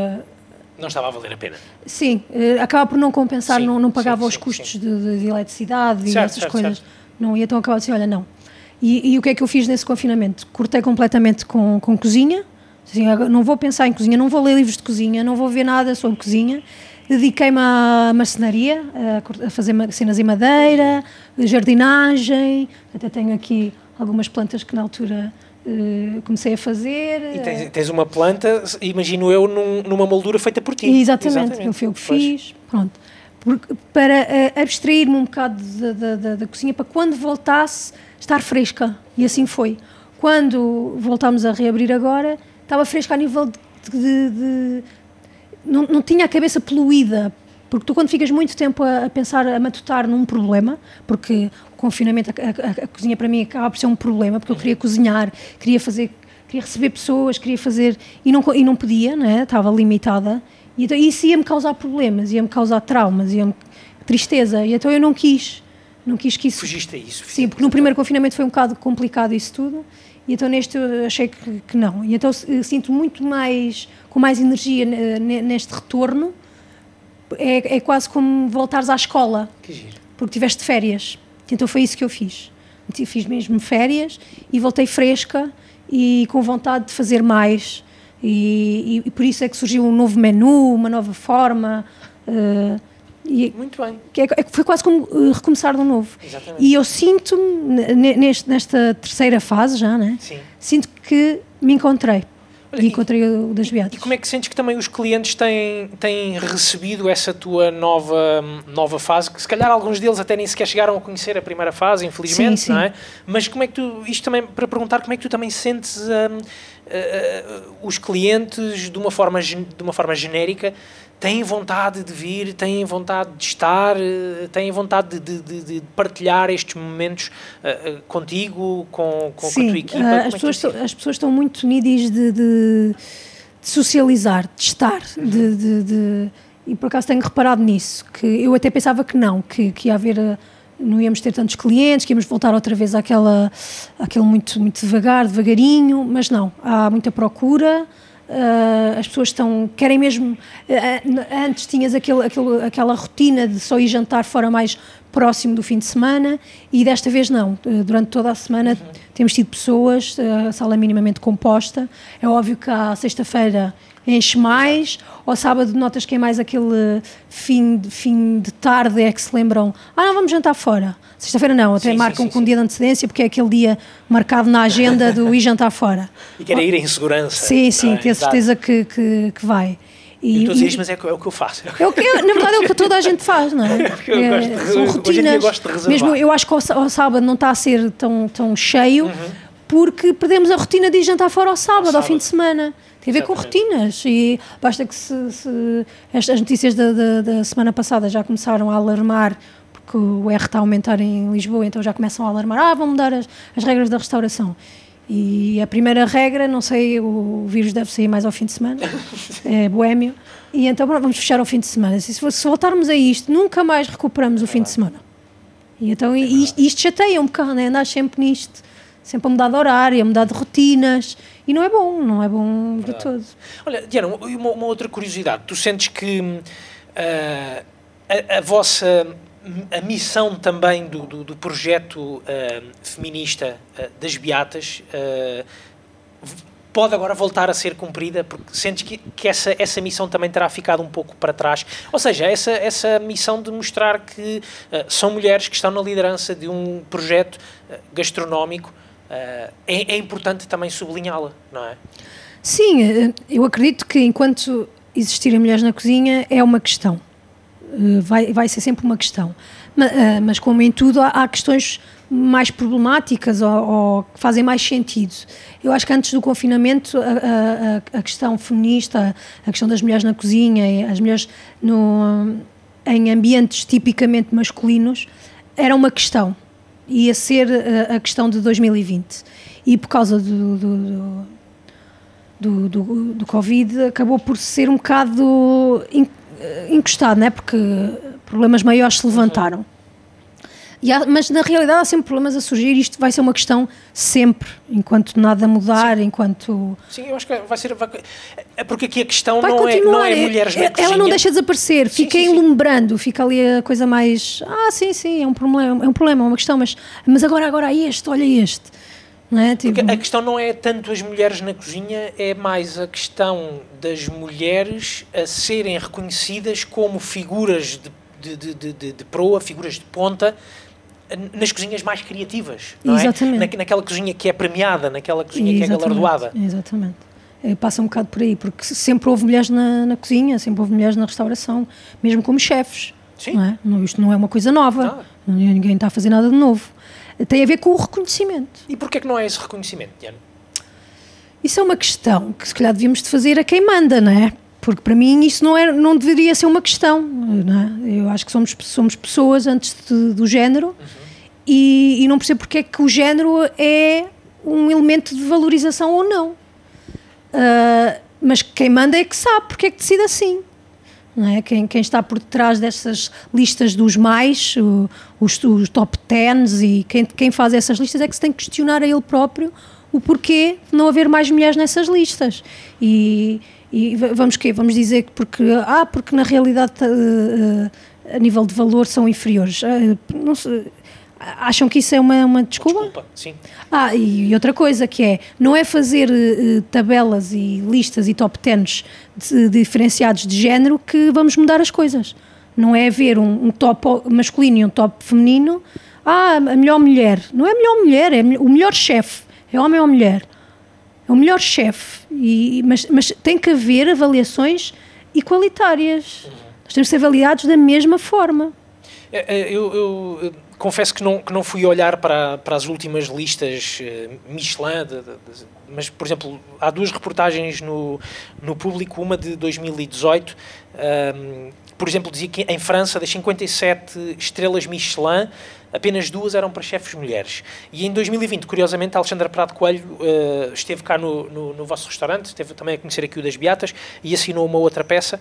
Não estava a valer a pena. Sim, acaba por não compensar, sim, não, não pagava sim, os sim, custos sim. De, de eletricidade certo, e essas certo, coisas. Certo. Não, e então acabava assim, olha, não. E, e o que é que eu fiz nesse confinamento? Cortei completamente com, com cozinha, assim, não vou pensar em cozinha, não vou ler livros de cozinha, não vou ver nada sobre cozinha. Dediquei-me à marcenaria, a fazer cenas em madeira, jardinagem, até tenho aqui algumas plantas que na altura uh, comecei a fazer. E tens, tens uma planta, imagino eu, num, numa moldura feita por ti. Exatamente, Exatamente. Foi o que fiz, pronto. Porque, para uh, abstrair-me um bocado da, da, da, da cozinha, para quando voltasse estar fresca, e assim foi. Quando voltámos a reabrir agora, estava fresca a nível de... de, de não, não tinha a cabeça poluída, porque tu quando ficas muito tempo a, a pensar, a matutar num problema, porque o confinamento, a, a, a cozinha para mim acaba por ser um problema, porque eu queria cozinhar, queria fazer, queria receber pessoas, queria fazer, e não, e não podia, né? Estava limitada. E então, isso ia-me causar problemas, ia-me causar traumas, ia-me tristeza. E então eu não quis. Não quis que isso... Fugiste a isso. Sim, porque no primeiro confinamento foi um bocado complicado isso tudo. E então neste eu achei que, que não. E então sinto muito mais, com mais energia neste retorno. É, é quase como voltares à escola. Que giro. Porque tiveste férias. Então foi isso que eu fiz. Eu fiz mesmo férias e voltei fresca e com vontade de fazer mais. E, e, e por isso é que surgiu um novo menu, uma nova forma. Uh, e Muito bem. Que é, é, foi quase como uh, recomeçar de novo. Exatamente. E eu sinto-me, neste, nesta terceira fase já, né? Sim. Sinto que me encontrei. Olha, e encontrei o das beatas. E como é que sentes que também os clientes têm, têm recebido essa tua nova, nova fase? Que se calhar alguns deles até nem sequer chegaram a conhecer a primeira fase, infelizmente, sim, sim. não é? Mas como é que tu, isto também para perguntar, como é que tu também sentes um, uh, uh, os clientes de uma forma, de uma forma genérica têm vontade de vir, têm vontade de estar, têm vontade de, de, de partilhar estes momentos uh, uh, contigo, com, com, Sim, com a tua equipa? Uh, as, pessoas estão, as pessoas estão muito níveis de, de, de socializar, de estar, uhum. de, de, de, e por acaso tenho reparado nisso, que eu até pensava que não, que, que ia haver... Uh, não íamos ter tantos clientes, que íamos voltar outra vez àquela, àquele muito, muito devagar, devagarinho, mas não, há muita procura. Uh, as pessoas estão, querem mesmo, uh, antes tinhas aquele, aquele, aquela rotina de só ir jantar fora mais próximo do fim de semana e desta vez não, uh, durante toda a semana uhum. temos tido pessoas, uh, a sala é minimamente composta, é óbvio que à sexta-feira enche mais, ao sábado notas que é mais aquele fim, fim de tarde é que se lembram, ah não, vamos jantar fora. Sexta-feira não, até sim, marcam sim, sim, com um dia de antecedência porque é aquele dia marcado na agenda do ir jantar fora. E querem ir em segurança. Sim, sim, ter certeza que, que, que vai. E, eu estou a dizer isto, mas é, é o que eu faço. É o que eu, na verdade é o que toda a gente faz, não é? eu é gosto de, são rotinas. Hoje em dia gosto de reservar. Mesmo eu acho que ao, ao sábado não está a ser tão, tão cheio uhum. porque perdemos a rotina de ir jantar fora ao sábado, ao, sábado. ao fim de semana. Tem a ver com rotinas e basta que se, se estas notícias da, da, da semana passada já começaram a alarmar porque o R está a aumentar em Lisboa, então já começam a alarmar, ah, vão mudar as, as regras da restauração. E a primeira regra, não sei, o vírus deve sair mais ao fim de semana, é boémio, e então vamos fechar ao fim de semana. Se, se voltarmos a isto, nunca mais recuperamos o fim de semana. E então é isto, isto chateia um bocado, né? Andar sempre nisto, sempre a mudar de horário, a mudar de rotinas, e não é bom, não é bom de todo. Olha, Diana, uma, uma outra curiosidade, tu sentes que uh, a, a vossa, a missão também do, do, do projeto uh, feminista uh, das Beatas uh, pode agora voltar a ser cumprida, porque sentes que, que essa, essa missão também terá ficado um pouco para trás, ou seja, essa, essa missão de mostrar que uh, são mulheres que estão na liderança de um projeto uh, gastronómico, uh, é, é importante também sublinhá-la, não é? Sim, eu acredito que enquanto existirem mulheres na cozinha é uma questão, uh, vai, vai ser sempre uma questão, mas, uh, mas como em tudo há, há questões mais problemáticas ou, ou que fazem mais sentido. Eu acho que antes do confinamento a, a, a questão feminista, a questão das mulheres na cozinha, as mulheres no, em ambientes tipicamente masculinos, era uma questão. Ia ser a, a questão de dois mil e vinte. E por causa do, do, do, do, do Covid acabou por ser um bocado encostado, não é? Porque problemas maiores se levantaram. E há, mas na realidade há sempre problemas a surgir e isto vai ser uma questão sempre, enquanto nada mudar, Sim. enquanto... Sim, eu acho que vai ser... Vai, é porque aqui a questão não é, não é mulheres na cozinha. Ela não deixa de desaparecer, sim, fica sim, enlumbrando, sim. fica ali a coisa mais... Ah, sim, sim, é um problema, é um problema, é uma questão, mas, mas agora, agora este, olha este. Não é? Tipo... Porque a questão não é tanto as mulheres na cozinha, é mais a questão das mulheres a serem reconhecidas como figuras de, de, de, de, de proa, figuras de ponta, nas cozinhas mais criativas, não Exatamente. é? Na, naquela cozinha que é premiada, naquela cozinha Exatamente. que é galardoada. Exatamente. É, passa um bocado por aí, porque sempre houve mulheres na, na cozinha, sempre houve mulheres na restauração, mesmo como chefes. Sim. Não é? Não, isto não é uma coisa nova, não. Ninguém está a fazer nada de novo. Tem a ver com o reconhecimento. E porquê é que não é esse reconhecimento, Diana? Isso é uma questão que se calhar devíamos de fazer a quem manda, não é? Porque para mim isso não, é, não deveria ser uma questão, não é? Eu acho que somos, somos pessoas antes de, do género, uhum. e, e não percebo porque é que o género é um elemento de valorização ou não. Uh, mas quem manda é que sabe porque é que decide assim. Não é? quem, quem está por detrás dessas listas dos mais, o, os, os top tens, e quem, quem faz essas listas é que se tem que questionar a ele próprio o porquê de não haver mais mulheres nessas listas. E... E vamos quê? Vamos dizer que porque, ah, porque na realidade uh, a nível de valor são inferiores. Uh, não sei, acham que isso é uma, uma desculpa? Desculpa, sim. Ah, e, e outra coisa que é, não é fazer uh, tabelas e listas e top tens de, de diferenciados de género que vamos mudar as coisas. Não é haver um, um top masculino e um top feminino. Ah, a melhor mulher. Não é a melhor mulher, é o melhor chefe. É homem ou mulher. É o melhor chefe, e, mas, mas tem que haver avaliações igualitárias. Uhum. Nós temos que ser avaliados da mesma forma. Eu, eu, eu confesso que não, que não fui olhar para, para as últimas listas Michelin, de, de, de, mas, por exemplo, há duas reportagens no, no Público, uma de dois mil e dezoito, um, por exemplo, dizia que em França, das cinquenta e sete estrelas Michelin, apenas duas eram para chefes mulheres. E em dois mil e vinte, curiosamente, a Alexandra Prado Coelho uh, esteve cá no, no, no vosso restaurante, esteve também a conhecer aqui o das Beatas, e assinou uma outra peça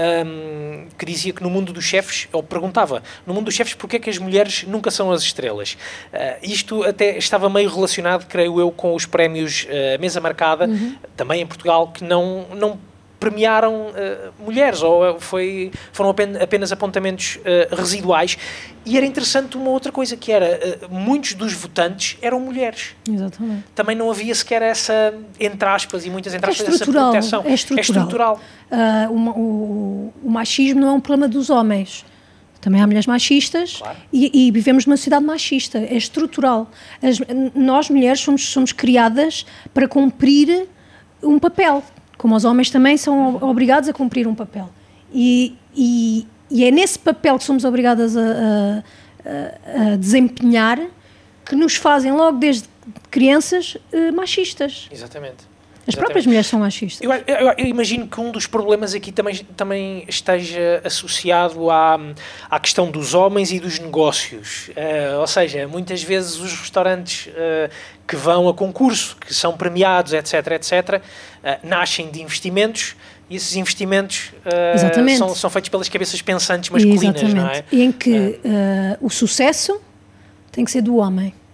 um, que dizia que no mundo dos chefes, ou perguntava, no mundo dos chefes, porquê é que as mulheres nunca são as estrelas? Uh, isto até estava meio relacionado, creio eu, com os prémios uh, Mesa Marcada, uhum. também em Portugal, que não... não premiaram uh, mulheres, ou foi, foram apenas, apenas apontamentos uh, residuais. E era interessante uma outra coisa, que era, uh, muitos dos votantes eram mulheres. Exatamente. Também não havia sequer essa, entre aspas, e muitas entre aspas, é essa proteção. É estrutural. É estrutural. Uh, o, o, o machismo não é um problema dos homens. Também há mulheres machistas, claro. e, e vivemos numa sociedade machista. É estrutural. As, nós, mulheres, somos, somos criadas para cumprir um papel. Como os homens também são obrigados a cumprir um papel. E, e, e é nesse papel que somos obrigadas a, a, a desempenhar que nos fazem, logo desde crianças, machistas. Exatamente. As próprias mulheres são machistas. Eu, eu, eu imagino que um dos problemas aqui também, também esteja associado à, à questão dos homens e dos negócios. Uh, ou seja, muitas vezes os restaurantes uh, que vão a concurso, que são premiados, etc, etcétera, uh, nascem de investimentos, e esses investimentos uh, são, são feitos pelas cabeças pensantes masculinas. Exatamente. Não é? E em que uh, o sucesso tem que ser do homem.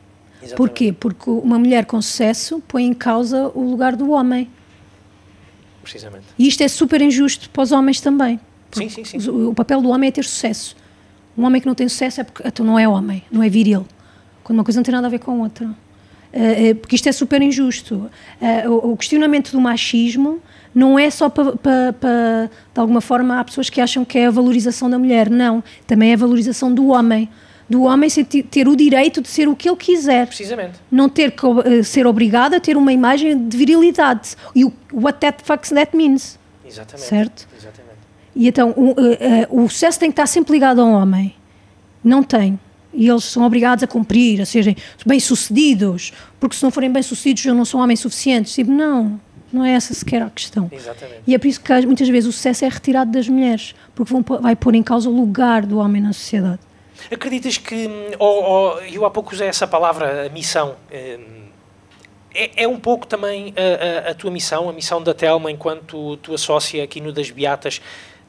Exatamente. Porquê? Porque uma mulher com sucesso põe em causa o lugar do homem. Precisamente. E isto é super injusto para os homens também. Sim, sim, sim. O, o papel do homem é ter sucesso. Um homem que não tem sucesso é porque então não é homem, não é viril. Quando uma coisa não tem nada a ver com outra. Uh, porque isto é super injusto. Uh, o, o questionamento do machismo não é só para, para, para, de alguma forma, há pessoas que acham que é a valorização da mulher. Não, também é a valorização do homem. Do homem ter o direito de ser o que ele quiser. Precisamente. Não ter que uh, ser obrigado a ter uma imagem de virilidade. E o what that fuck that means. Exatamente. Certo? Exatamente. E então, o, uh, uh, o sucesso tem que estar sempre ligado ao homem. Não tem. E eles são obrigados a cumprir, a serem bem-sucedidos, porque se não forem bem-sucedidos eu não sou homem suficiente. Tipo, não, não é essa sequer a questão. Exatamente. E é por isso que muitas vezes o sucesso é retirado das mulheres, porque vão, vai pôr em causa o lugar do homem na sociedade. Acreditas que, ou, ou, eu há pouco usei essa palavra, missão, é, é um pouco também a, a, a tua missão, a missão da Telma enquanto tua sócia aqui no Das Beatas,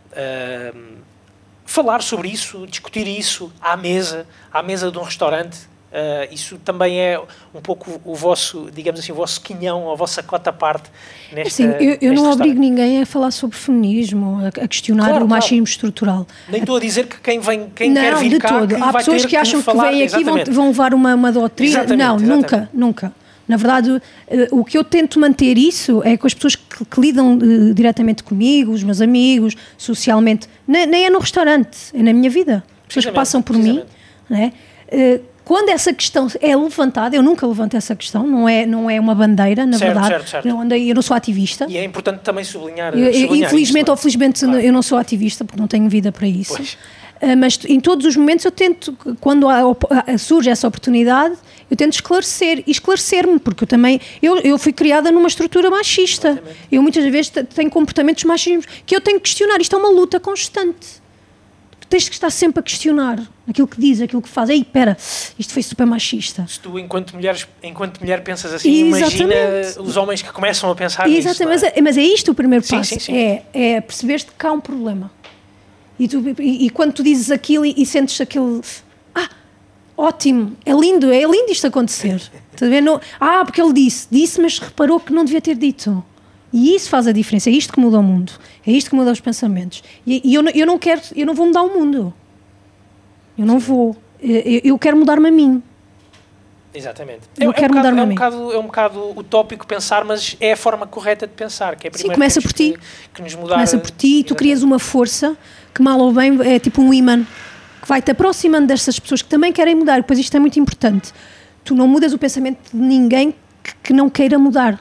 uh, falar sobre isso, discutir isso à mesa, à mesa de um restaurante, uh, isso também é um pouco o vosso, digamos assim, o vosso quinhão, a vossa cota parte nesta Assim, eu, eu não restaurante. obrigo ninguém a falar sobre feminismo, a, a questionar claro, o machismo claro. estrutural. Nem estou a dizer que quem, vem, quem não, quer vir de cá todo. que Há vai pessoas ter que acham que, falar, vêm aqui e vão, vão levar uma, uma doutrina. Exatamente, não, exatamente. nunca, nunca. Na verdade, uh, o que eu tento manter isso é com as pessoas que, que lidam uh, diretamente comigo, os meus amigos, socialmente. Nem, nem é no restaurante, é na minha vida. Pessoas que passam por mim. Né? Uh, quando essa questão é levantada, eu nunca levanto essa questão, não é, não é uma bandeira, na certo, verdade. Certo, certo. Eu, andei, eu não sou ativista. E é importante também sublinhar, eu, sublinhar Infelizmente isso, ou felizmente, claro. Eu não sou ativista, porque não tenho vida para isso. Pois. Uh, mas em todos os momentos eu tento, quando há, surge essa oportunidade, eu tento esclarecer e esclarecer-me, porque eu também, eu, eu fui criada numa estrutura machista. Exatamente. Eu muitas vezes tenho comportamentos machismos que eu tenho que questionar. Isto é uma luta constante. Tens que estar sempre a questionar aquilo que diz, aquilo que faz. Ei, espera, isto foi super machista. Se tu, enquanto, mulheres, enquanto mulher, pensas assim, exatamente. Imagina os homens que começam a pensar exatamente. nisso. Mas, é? mas é isto o primeiro sim, passo. Sim, sim. É, é perceber-te que há um problema. E, tu, e, e quando tu dizes aquilo e, e sentes aquele... Ah, ótimo, é lindo, é lindo isto acontecer. Não, ah, porque ele disse, disse, mas reparou que não devia ter dito. E isso faz a diferença, é isto que muda o mundo, é isto que muda os pensamentos. E, e eu, eu não quero, eu não vou mudar o mundo. Eu não vou. Eu, eu quero mudar-me a mim. Exatamente. Eu é, quero é um mudar-me bocado, a mim. É um, bocado, é um bocado utópico pensar, mas é a forma correta de pensar, que é Sim, começa por ti. Que, que nos mudar. Começa por ti e tu crias uma força que mal ou bem é tipo um imã que vai-te aproximando destas pessoas que também querem mudar. Pois isto é muito importante. Tu não mudas o pensamento de ninguém que, que não queira mudar.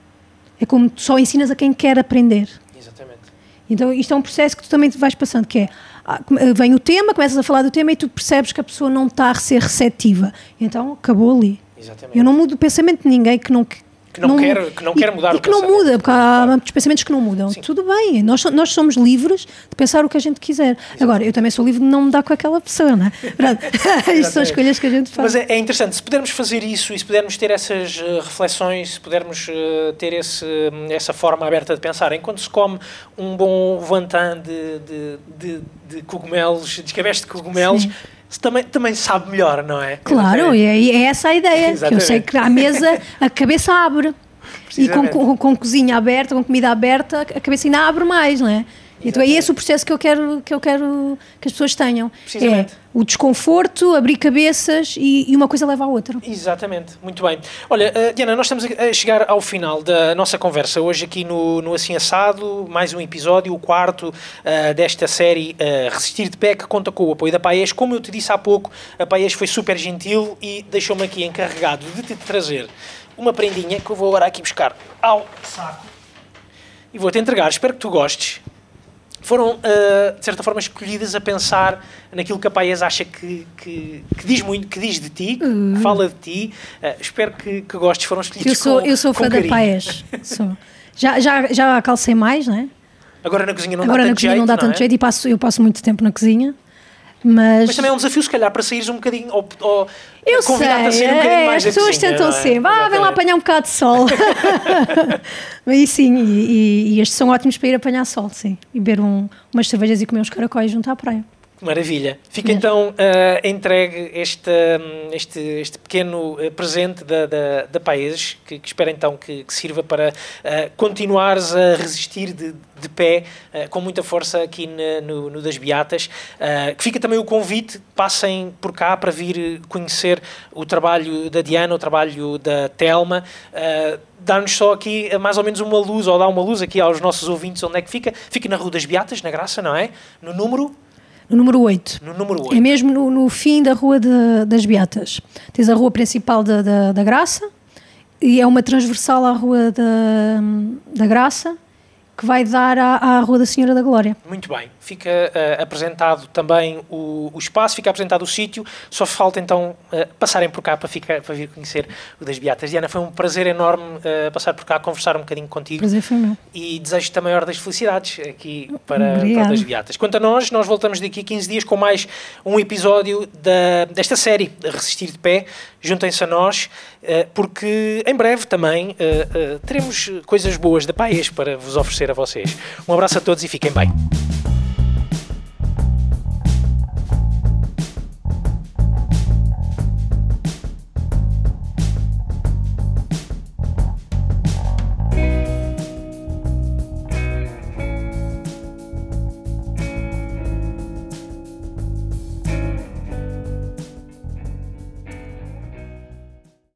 É como tu só ensinas a quem quer aprender. Exatamente. Então isto é um processo que tu também vais passando, que é, vem o tema, começas a falar do tema e tu percebes que a pessoa não está a ser receptiva. Então acabou ali. Exatamente. Eu não mudo o pensamento de ninguém que não que não, não quer, que não quer mudar e, o que não muda, porque há muitos pensamentos que não mudam. Sim. Tudo bem, nós, nós somos livres de pensar o que a gente quiser. Exatamente. Agora, eu também sou livre de não mudar com aquela pessoa, não é? Isto são escolhas que a gente faz. Mas é, é interessante, se pudermos fazer isso e se pudermos ter essas uh, reflexões, se pudermos uh, ter esse, uh, essa forma aberta de pensar, enquanto se come um bom vantan de, de, de, de cogumelos, de escabeche de cogumelos, sim. Também, também sabe melhor, não é? Claro, e é, é essa a ideia. Que eu sei que à mesa a cabeça abre. E com, com, com cozinha aberta, com comida aberta, a cabeça ainda abre mais, não é? Exatamente. Então é esse o processo que eu quero que, eu quero que as pessoas tenham. É o desconforto, abrir cabeças e, e uma coisa leva à outra. Exatamente, muito bem. Olha, uh, Diana, nós estamos a chegar ao final da nossa conversa hoje aqui no, no Assim Assado, mais um episódio, o quarto uh, desta série uh, Resistir de Pé, que conta com o apoio da Paes. Como eu te disse há pouco, a Paes foi super gentil e deixou-me aqui encarregado de te trazer uma prendinha que eu vou agora aqui buscar ao saco e vou-te entregar. Espero que tu gostes. Foram, uh, de certa forma, escolhidas a pensar naquilo que a Paes acha que, que, que diz muito, que diz de ti, uhum. que fala de ti. Uh, espero que, que gostes. Foram escolhidos eu sou, com Eu sou com fã carinho. da Paes. Sou. Já, já, já calcei mais, não é? Agora na cozinha não Agora dá na tanto cozinha jeito, não dá não tanto é? jeito e passo, eu passo muito tempo na cozinha. Mas, mas também é um desafio, se calhar, para saíres um bocadinho, ou, ou eu convidar-te a sei, sair um bocadinho é, mais as da pessoas cozinha, tentam não é? sempre, ah, vem lá apanhar um bocado de sol. Mas sim, e, e, e estes são ótimos para ir apanhar sol, sim. E beber um, umas cervejas e comer uns caracóis junto à praia. Maravilha. Fica então uh, entregue este, este, este pequeno uh, presente da, da, da Paes, que, que espero então que, que sirva para uh, continuares a resistir de, de pé uh, com muita força aqui na, no, no Das Beatas. Uh, que fica também o convite, passem por cá para vir conhecer o trabalho da Diana, o trabalho da Telma. Uh, Dá-nos só aqui mais ou menos uma luz, ou dá uma luz aqui aos nossos ouvintes, onde é que fica? Fica na Rua das Beatas, na Graça, não é? No número... No número oito. No número oito. É mesmo no, no fim da Rua de, das Beatas. Tens a rua principal da, da, da Graça e é uma transversal à Rua da, da Graça que vai dar à, à Rua da Senhora da Glória. Muito bem. Fica uh, apresentado também o, o espaço, fica apresentado o sítio. Só falta então uh, passarem por cá para, ficar, para vir conhecer o Das Beatas. Diana, foi um prazer enorme uh, passar por cá, conversar um bocadinho contigo. Prazer foi meu. E desejo-te a maior das felicidades aqui para, para o Das Beatas. Quanto a nós, nós voltamos daqui a quinze dias com mais um episódio da, desta série, Resistir de Pé. Juntem-se a nós, uh, porque em breve também uh, uh, teremos coisas boas da Paes para vos oferecer a vocês. Um abraço a todos e fiquem bem.